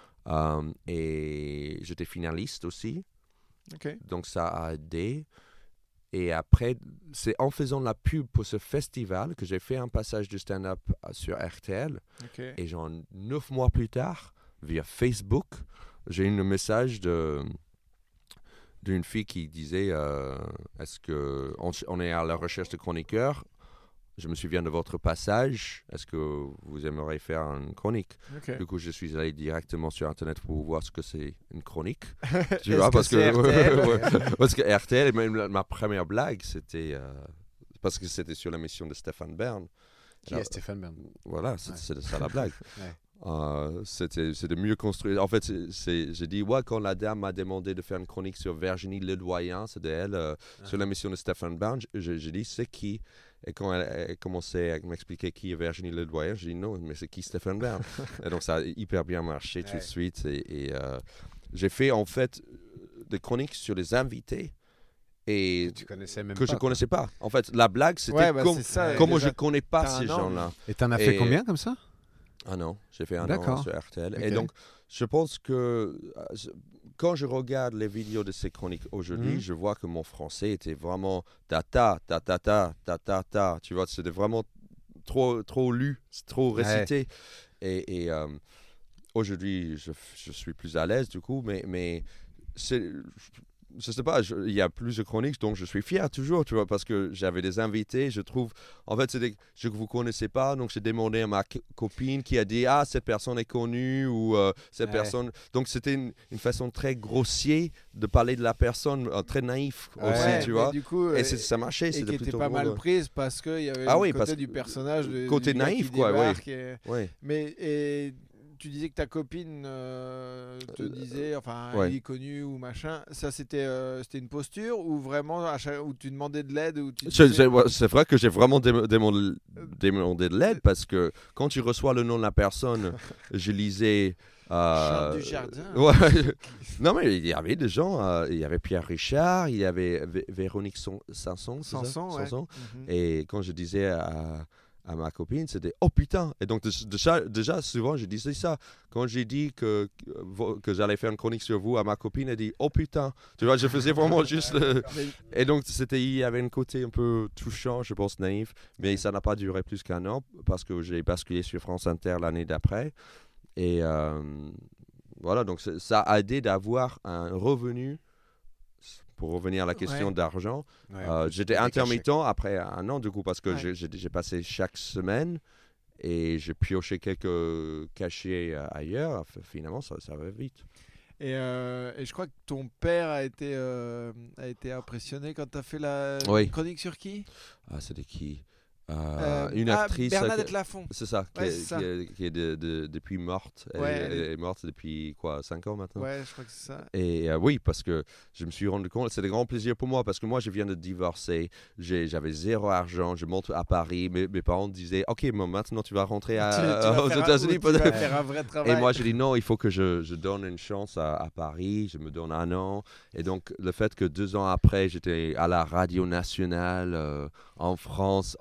Et j'étais finaliste aussi, Ok. donc ça a aidé. Et après, c'est en faisant la pub pour ce festival que j'ai fait un passage de stand-up sur RTL. Ok. Et genre 9 mois plus tard, via Facebook, j'ai eu un message d'une fille qui disait est-ce qu'on est à la recherche de chroniqueurs? Je me souviens de votre passage. Est-ce que vous aimeriez faire une chronique? Ok. Du coup, je suis allé directement sur Internet pour voir ce que c'est une chronique. Tu Est-ce vois, que parce c'est que RTL? parce que RTL, et même ma première blague, c'était parce que c'était sur l'émission de Stéphane Bern. Qui est Stéphane Bern? Voilà, c'est ça la blague. Ouais. C'était mieux construit. En fait, j'ai dit, quand la dame m'a demandé de faire une chronique sur Virginie Ledoyen, c'était elle, sur l'émission de Stéphane Bern, j'ai dit, c'est qui? Et quand elle commençait à m'expliquer qui est Virginie Ledoyen, j'ai dit, non, mais c'est qui Stéphane Bern? Et donc, ça a hyper bien marché tout de suite. Et j'ai fait, en fait, des chroniques sur les invités. Et tu connaissais même que pas, je connaissais pas. En fait, la blague, c'était comment je connais pas ces gens-là. Et t'en as fait combien comme ça? Un an. J'ai fait un an sur RTL. Okay. Et donc, je pense que quand je regarde les vidéos de ces chroniques aujourd'hui, je vois que mon français était vraiment ta. Tu vois, c'était vraiment trop lu, trop récité. Et aujourd'hui, je suis plus à l'aise du coup, mais je sais pas, il y a plus de chroniques, donc je suis fier toujours, tu vois, parce que j'avais des invités, je trouve, en fait, c'est des gens que vous connaissez pas, donc j'ai demandé à ma copine qui a dit, cette personne est connue, ou cette personne, donc c'était une façon très grossière de parler de la personne, très naïf aussi, tu vois, du coup, et ça marchait, c'était plutôt plutôt pas drôle. mal prise, parce qu'il y avait le côté du personnage, côté du naïf, quoi, ouais. Mais tu disais que ta copine te disait, enfin, elle est connue ou machin. Ça, c'était une posture ou vraiment où tu demandais de l'aide ou c'est vrai que j'ai vraiment demandé de l'aide parce que quand tu reçois le nom de la personne, je lisais. Chant du jardin. Non, mais il y avait des gens. Il y avait Pierre Richard, il y avait Véronique Sanson. Et quand je disais à ma copine, c'était « Oh putain !» Et donc déjà souvent, je disais ça. Quand j'ai dit que j'allais faire une chronique sur vous, à ma copine, elle dit « Oh putain !» Tu vois, je faisais vraiment juste... Et donc, il y avait un côté un peu touchant, je pense, naïf. Mais ça n'a pas duré plus qu'un an parce que j'ai basculé sur France Inter l'année d'après. Et voilà, donc ça a aidé d'avoir un revenu. Pour revenir à la question d'argent, j'étais intermittent après un an du coup parce que j'ai passé chaque semaine et j'ai pioché quelques cachets ailleurs. Finalement, ça va vite. Et je crois que ton père a été impressionné quand tu as fait la chronique sur qui? C'était qui? Une actrice, Bernadette Lafont. C'est ça, qui est depuis morte. Elle est morte depuis 5 ans maintenant. Ouais, je crois que c'est ça. Et oui, parce que je me suis rendu compte, c'est un grand plaisir pour moi, parce que moi, je viens de divorcer, j'avais 0 argent, je monte à Paris, mes parents disaient, ok, maintenant tu vas rentrer aux États-Unis. Tu vas faire un vrai travail. Et moi, j'ai dit non, il faut que je donne une chance à Paris, je me donne un an. Et donc, le fait que 2 ans après, j'étais à la radio nationale en France,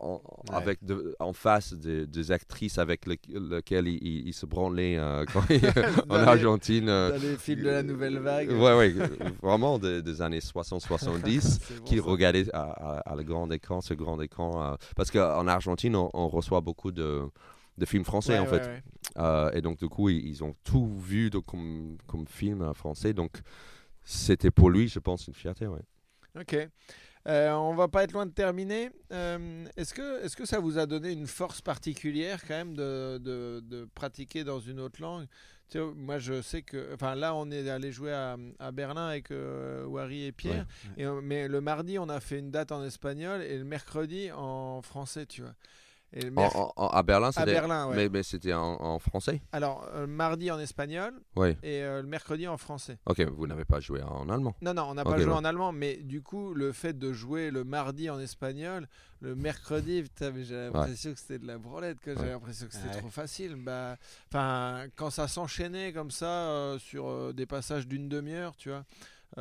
en face des actrices avec lesquelles il se branlait en Argentine. Dans les films de la Nouvelle Vague. Ouais, vraiment des années 60-70, qui regardaient à le grand écran, ce grand écran. Parce qu'en Argentine, on reçoit beaucoup de films français, en fait. Et donc, du coup, ils ont tout vu comme film français. Donc, c'était pour lui, je pense, une fierté, ouais. Ok. On va pas être loin de terminer. Est-ce que ça vous a donné une force particulière quand même de pratiquer dans une autre langue? Tu sais, moi je sais que, enfin là on est allé jouer à Berlin avec Wary et Pierre, mais le mardi on a fait une date en espagnol et le mercredi en français, tu vois. Et à Berlin, c'était... Berlin, mais c'était en français? Alors, mardi en espagnol et le mercredi en français. Ok, vous n'avez pas joué en allemand? Non, on n'a pas joué en allemand, mais du coup, le fait de jouer le mardi en espagnol, le mercredi, putain, mais j'ai l'impression que c'était de la branlette, j'ai l'impression que c'était trop facile. Quand ça s'enchaînait comme ça sur des passages d'une demi-heure, tu vois.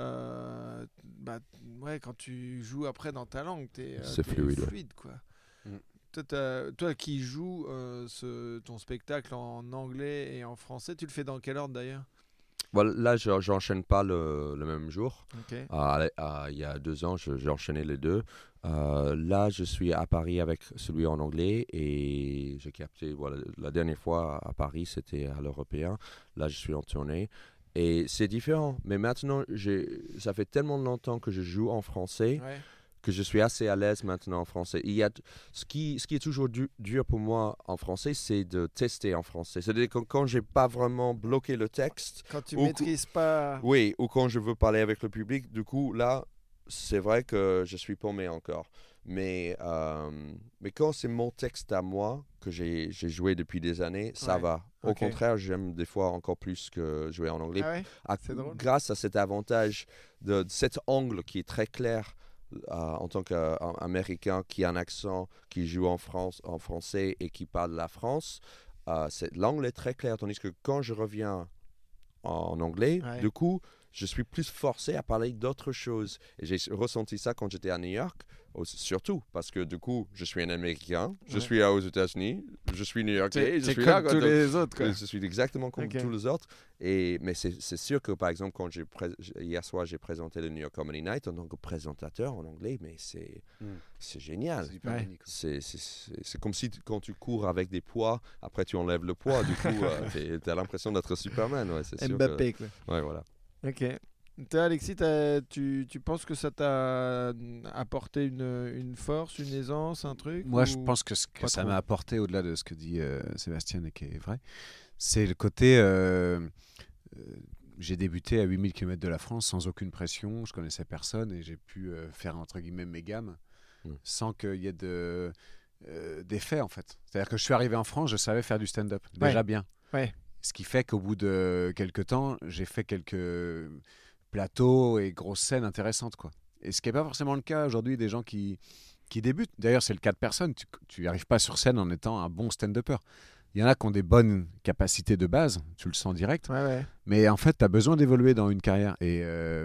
Quand tu joues après dans ta langue, t'es fluide, quoi. Toi qui joues ton spectacle en anglais et en français, tu le fais dans quel ordre d'ailleurs? Là, j'enchaîne pas le même jour. Okay. Il y a 2 ans, j'ai enchaîné les deux. Là, je suis à Paris avec celui en anglais et j'ai capté. La dernière fois à Paris, c'était à l'Européen. Là, je suis en tournée. Et c'est différent. Mais maintenant, ça fait tellement longtemps que je joue en français. Que je suis assez à l'aise maintenant en français. Ce qui est toujours dur pour moi en français, c'est de tester en français. C'est-à-dire quand j'ai pas vraiment bloqué le texte. Quand tu maîtrises pas... Oui, ou quand je veux parler avec le public. Du coup, là, c'est vrai que je suis paumé encore. Mais quand c'est mon texte à moi, que j'ai joué depuis des années, ça va. Au contraire, j'aime des fois encore plus que jouer en anglais. C'est drôle. Grâce à cet avantage de cet angle qui est très clair en tant qu'Américain qui a un accent, qui joue en français et qui parle la France, l'angle est très clair. Tandis que quand je reviens en anglais, du coup, je suis plus forcé à parler d'autres choses. Et j'ai ressenti ça quand j'étais à New York, surtout parce que du coup, je suis un Américain, je suis aux États-Unis, je suis New-Yorkais. C'est comme tous les autres, quoi. Je suis exactement comme tous les autres. Mais c'est sûr que, par exemple, quand hier soir, j'ai présenté le New York Comedy Night en tant que présentateur en anglais, mais c'est génial. C'est comme si quand tu cours avec des poids, après tu enlèves le poids, du coup, tu as l'impression d'être Superman. C'est Mbappé, quoi. Ouais, voilà. Ok. Toi, Alexis, tu penses que ça t'a apporté une force, une aisance, un truc? Moi, je pense que ce que ça m'a apporté, au-delà de ce que dit Sébastien et qui est vrai, c'est le côté... j'ai débuté à 8000 km de la France sans aucune pression, je connaissais personne et j'ai pu faire, entre guillemets, mes gammes sans qu'il y ait d'effet, en fait. C'est-à-dire que je suis arrivé en France, je savais faire du stand-up, déjà bien. Ce qui fait qu'au bout de quelques temps, j'ai fait quelques plateaux et grosses scènes intéressantes, quoi. Et ce qui n'est pas forcément le cas aujourd'hui des gens qui débutent. D'ailleurs, c'est le cas de personne. Tu n'arrives pas sur scène en étant un bon stand-upper. Il y en a qui ont des bonnes capacités de base, tu le sens direct. Mais en fait, tu as besoin d'évoluer dans une carrière. Et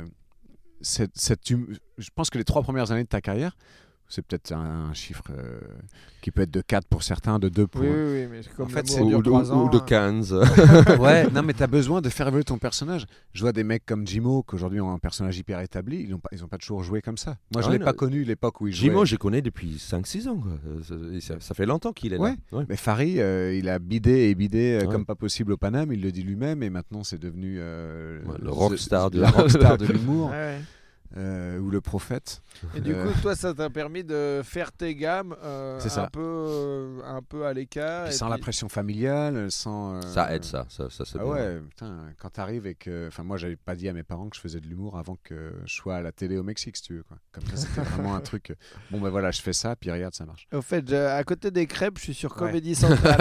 je pense que les 3 premières années de ta carrière, c'est peut-être un chiffre qui peut être de 4 pour certains, de 2 pour... Oui, mais comme en fait, ou de 15. Ouais, non, mais tu as besoin de faire évoluer ton personnage. Je vois des mecs comme Jimo, qui aujourd'hui ont un personnage hyper établi, ils ont pas toujours joué comme ça. Moi, je l'ai pas connu l'époque où il jouait. Jimo, je connais depuis 5-6 ans. Ça fait longtemps qu'il est là. Ouais. Mais Fari, il a bidé comme pas possible au Paname, il le dit lui-même, et maintenant c'est devenu le rockstar la rockstar de l'humour. Ou le prophète. Et du coup, toi, ça t'a permis de faire tes gammes un peu à l'écart. Sans la pression familiale, sans... Ça aide, ça c'est bien. Ouais, putain, quand t'arrives et que... Enfin, moi, j'avais pas dit à mes parents que je faisais de l'humour avant que je sois à la télé au Mexique, si tu veux, quoi. Comme ça, c'était vraiment un truc... Bon, ben voilà, je fais ça, puis regarde, ça marche. Au fait, à côté des crêpes, je suis sur Comédie Centrale.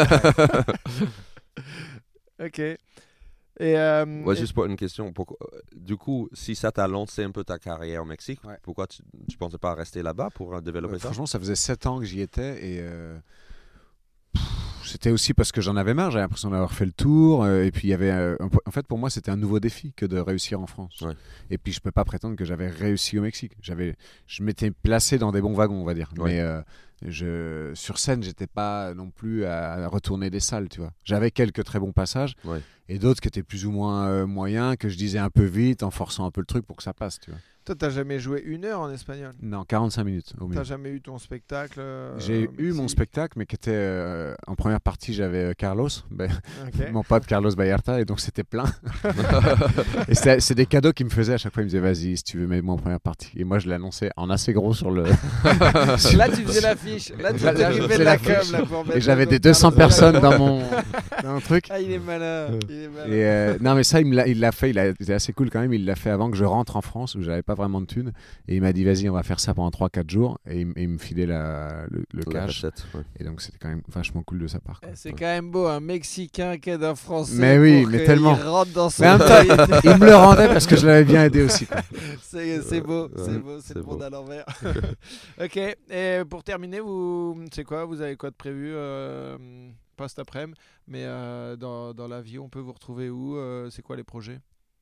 Ok. Juste pour une question, du coup, si ça t'a lancé un peu ta carrière au Mexique, pourquoi tu pensais pas rester là-bas pour développer ça? Franchement, ça faisait 7 ans que j'y étais et c'était aussi parce que j'en avais marre, j'avais l'impression d'avoir fait le tour et puis il y avait en fait pour moi c'était un nouveau défi que de réussir en France. Et puis je peux pas prétendre que j'avais réussi au Mexique. Je m'étais placé dans des bons wagons, on va dire. Mais sur scène, j'étais pas non plus à retourner des salles, tu vois. J'avais quelques très bons passages et d'autres qui étaient plus ou moins moyens, que je disais un peu vite en forçant un peu le truc pour que ça passe, tu vois. Toi, t'as jamais joué 1 heure en espagnol? Non, 45 minutes au mieux. T'as jamais eu ton spectacle J'ai eu mon spectacle, mais qui était en première partie, j'avais Carlos, mon pote Carlos Vallarta, et donc c'était plein. Et c'est des cadeaux qu'il me faisait à chaque fois. Il me disait, vas-y, si tu veux, mets-moi en première partie. Et moi, je l'annonçais en assez gros sur le. Là, tu faisais l'affiche. Là, tu faisais la com. Et j'avais des 200 personnes dans mon truc. Ah, il est malin. Et non, mais ça, il l'a fait. Il était assez cool quand même. Il l'a fait avant que je rentre en France, où j'avais pas vraiment de thunes. Et il m'a dit, vas-y, on va faire ça pendant 3-4 jours. Et il me filait le cash. Et donc, c'était quand même vachement cool de sa part. C'est quand même beau, un Mexicain qui aide un Français. Mais oui, mais tellement. Il rentre dans son pays. Il me le rendait parce que je l'avais bien aidé aussi. C'est beau, c'est le monde à l'envers. Ok, et pour terminer, c'est quoi? Vous avez quoi de prévu pas cet après-midi, mais dans la vie, on peut vous retrouver où? C'est quoi les projets?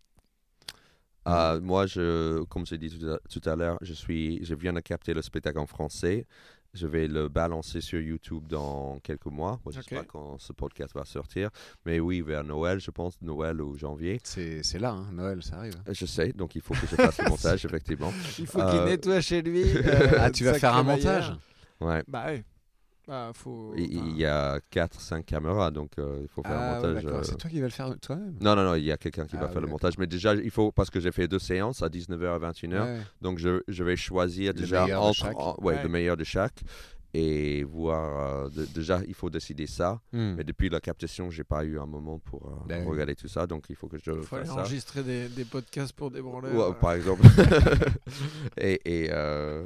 Moi, comme j'ai dit tout à l'heure, je viens de capter le spectacle en français. Je vais le balancer sur YouTube dans quelques mois. Je ne sais pas quand ce podcast va sortir. Mais oui, vers Noël, je pense, Noël ou janvier. C'est là, hein, Noël, ça arrive. Je sais, donc il faut que je fasse le montage, effectivement. Il faut qu'il nettoie chez lui. Tu vas faire un montage? Ouais. Bah oui. Il y a 4-5 caméras, donc il faut faire un montage. C'est toi qui vas le faire toi-même? Non, il y a quelqu'un qui va faire le montage. Mais déjà, il faut, parce que j'ai fait 2 séances à 19h et 21h, donc je vais choisir déjà le meilleur de chaque et voir. Déjà, il faut décider ça. Mais depuis la captation, j'ai pas eu un moment pour regarder tout ça, donc il faut que je fasse ça. Il faut enregistrer des podcasts pour des branleurs. Par exemple.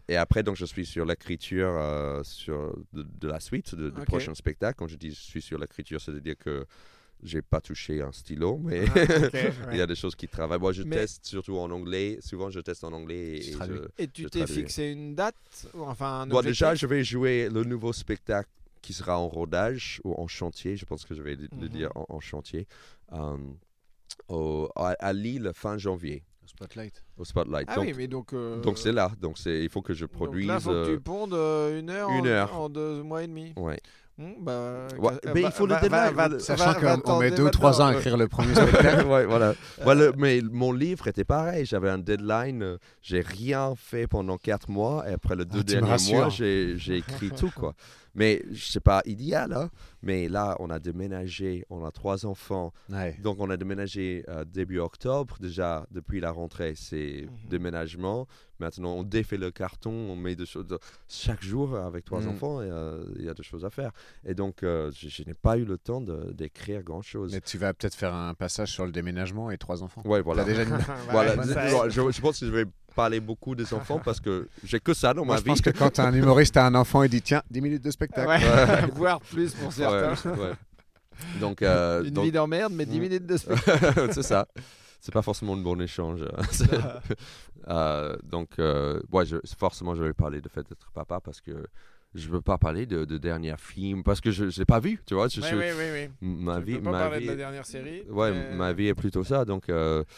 Et après, donc, je suis sur l'écriture de la suite, du prochain spectacle. Quand je dis je suis sur l'écriture, c'est-à-dire que j'ai pas touché un stylo, mais il y a des choses qui travaillent. Moi, je teste surtout en anglais. Souvent, je teste en anglais. Et tu t'es fixé une date enfin, déjà, je vais jouer le nouveau spectacle qui sera en rodage ou en chantier. Je pense que je vais le dire en chantier. À Lille, fin janvier. Au Spotlight. Ah donc, oui, mais donc c'est là. Donc, il faut que je produise... Donc là, il faut que tu pondes une heure en 2 mois et demi. Ouais. Mais il faut le deadline. Sachant qu'on met 2 ou 3 ans à écrire le premier spectacle. Voilà. Mais mon livre était pareil. J'avais un deadline. J'ai rien fait pendant 4 mois. Et après le 2 derniers mois, j'ai écrit tout, quoi. Mais c'est pas idéal, hein. Mais là, on a déménagé. On a 3 enfants. Ouais. Donc, on a déménagé début octobre. Déjà, depuis la rentrée, c'est déménagement. Maintenant, on défait le carton. On met des choses. Chaque jour, avec 3 enfants, il y a des choses à faire. Et donc, je n'ai pas eu le temps d'écrire grand-chose. Mais tu vas peut-être faire un passage sur le déménagement et 3 enfants. Ouais, voilà. T'as déjà une... voilà. Je pense que je vais parler beaucoup des enfants parce que j'ai que ça dans ma vie. Je pense que quand un humoriste a un enfant, il dit tiens, 10 minutes de spectacle. Voire plus pour certains. Ouais. Donc, une vie d'emmerde, mais 10 minutes de spectacle. C'est ça. C'est pas forcément un bon échange. Forcément, je vais parler de fait d'être papa parce que je veux pas parler de dernier film parce que je l'ai pas vu, tu vois. Oui. Ma vie, parler de la dernière série. Ouais, ma vie est plutôt ça. Donc,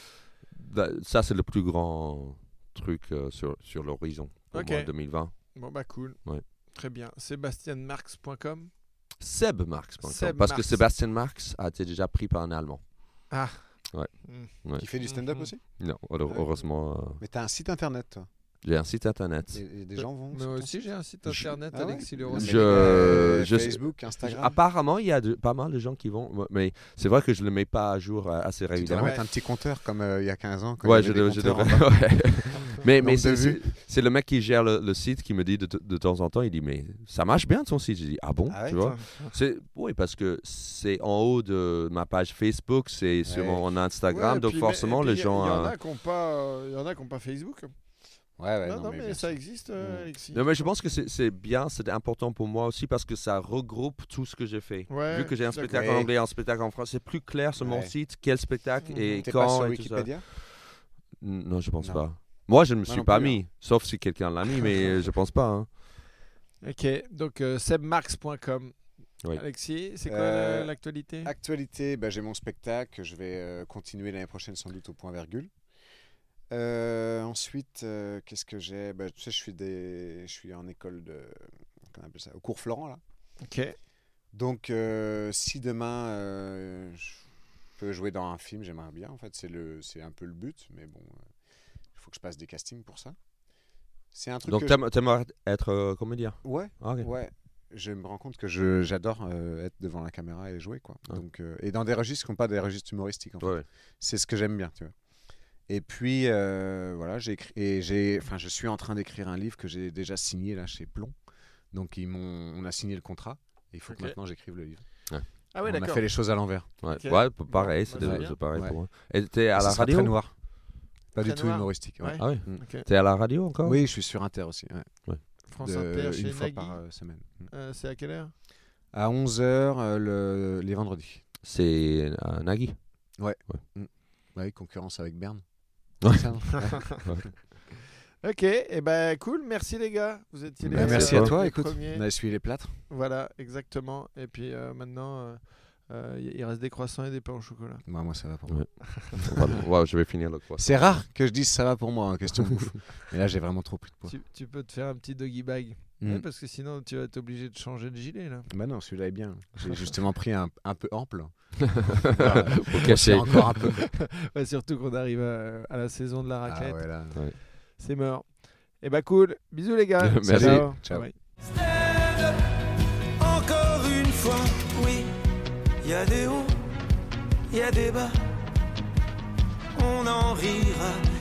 ça, c'est le plus grand truc sur l'horizon pour moi, 2020. Bon, bah cool. Ouais. Très bien. SébastianMarx.com. Sebmarx.com. Parce que Sébastien Marx a été déjà pris par un Allemand. Ah. Ouais. Qui fait du stand-up aussi? Non, heureusement. Mais t'as un site internet, toi? J'ai un site internet. Et des gens vont. Moi aussi, j'ai un site internet, Alexis Leroux. Facebook, Instagram. Apparemment, il y a pas mal de gens qui vont. Mais c'est vrai que je ne le mets pas à jour assez régulièrement. Tu devrais mettre un petit compteur comme il y a 15 ans. Ouais, je devrais. Mais c'est le mec qui gère le site qui me dit de temps en temps, il dit mais ça marche bien ton site. Je dis ah bon, tu vois. Oui, parce que c'est en haut de ma page Facebook, c'est sur mon Instagram, donc forcément les gens. Il y en a qui n'ont pas Facebook. Non, mais ça existe, Alexis. Non, mais je pense que c'est bien, c'est important pour moi aussi parce que ça regroupe tout ce que j'ai fait. Vu que j'ai un spectacle en anglais et un spectacle en français, c'est plus clair sur mon site quel spectacle et T'es quand. Pas sur et Wikipédia? Non, je pense pas. Moi, je ne me suis pas mis, sauf si quelqu'un l'a mis, mais je pense pas. Hein. Ok, donc sebmarx.com. Oui. Alexis, c'est quoi l'actualité? Actualité, j'ai mon spectacle, je vais continuer l'année prochaine sans doute au point virgule. Ensuite, qu'est-ce que j'ai? Tu sais, je suis en école qu'on appelle ça, au cours Florent là. Ok. Donc, si demain je peux jouer dans un film, j'aimerais bien. En fait, c'est un peu le but, mais bon, il faut que je passe des castings pour ça. C'est un truc. Donc, t'aimerais être comédien? Ouais. Okay. Ouais. Je me rends compte que j'adore être devant la caméra et jouer, quoi. Donc, et dans des registres qui ne sont pas des registres humoristiques. En fait. Ouais. C'est ce que j'aime bien, tu vois. Et puis, voilà, je suis en train d'écrire un livre que j'ai déjà signé là chez Plomb. Donc, on a signé le contrat. Et il faut que maintenant j'écrive le livre. Ouais. Ah ouais, on a fait les choses à l'envers. Ouais, pareil, c'est pareil pour moi. Et t'es à la radio? Très noir. Pas très du tout noir. humoristique. Ouais. Ah oui. T'es à la radio encore? Oui, je suis sur Inter aussi. Ouais. France Inter chez une fois Nagui. par semaine. C'est à quelle heure? À 11h les vendredis. C'est Nagui? Ouais. Oui, concurrence avec Berne. Ouais. Ça, Ok, et cool, merci les gars. Vous étiez les merci à toi, les écoute. premiers. On a essuyé les plâtres. Voilà, exactement. Et puis maintenant, il reste des croissants et des pains au chocolat. Moi, ça va pour moi. Ouais, je vais finir le croissant. C'est rare que je dise ça va pour moi, en question de bouffe. Mais là, j'ai vraiment trop pris de poids. Tu peux te faire un petit doggy bag. Ouais, parce que sinon, tu vas être obligé de changer de gilet là. Bah non, celui-là est bien. J'ai justement pris un peu ample. Pour cacher encore un peu. Ouais, surtout qu'on arrive à la saison de la raclette. Ah ouais, là. Ouais. C'est mort. Et cool. Bisous les gars. Merci. Ciao. Encore une fois, oui, il y a des hauts, il y a des bas. On en rira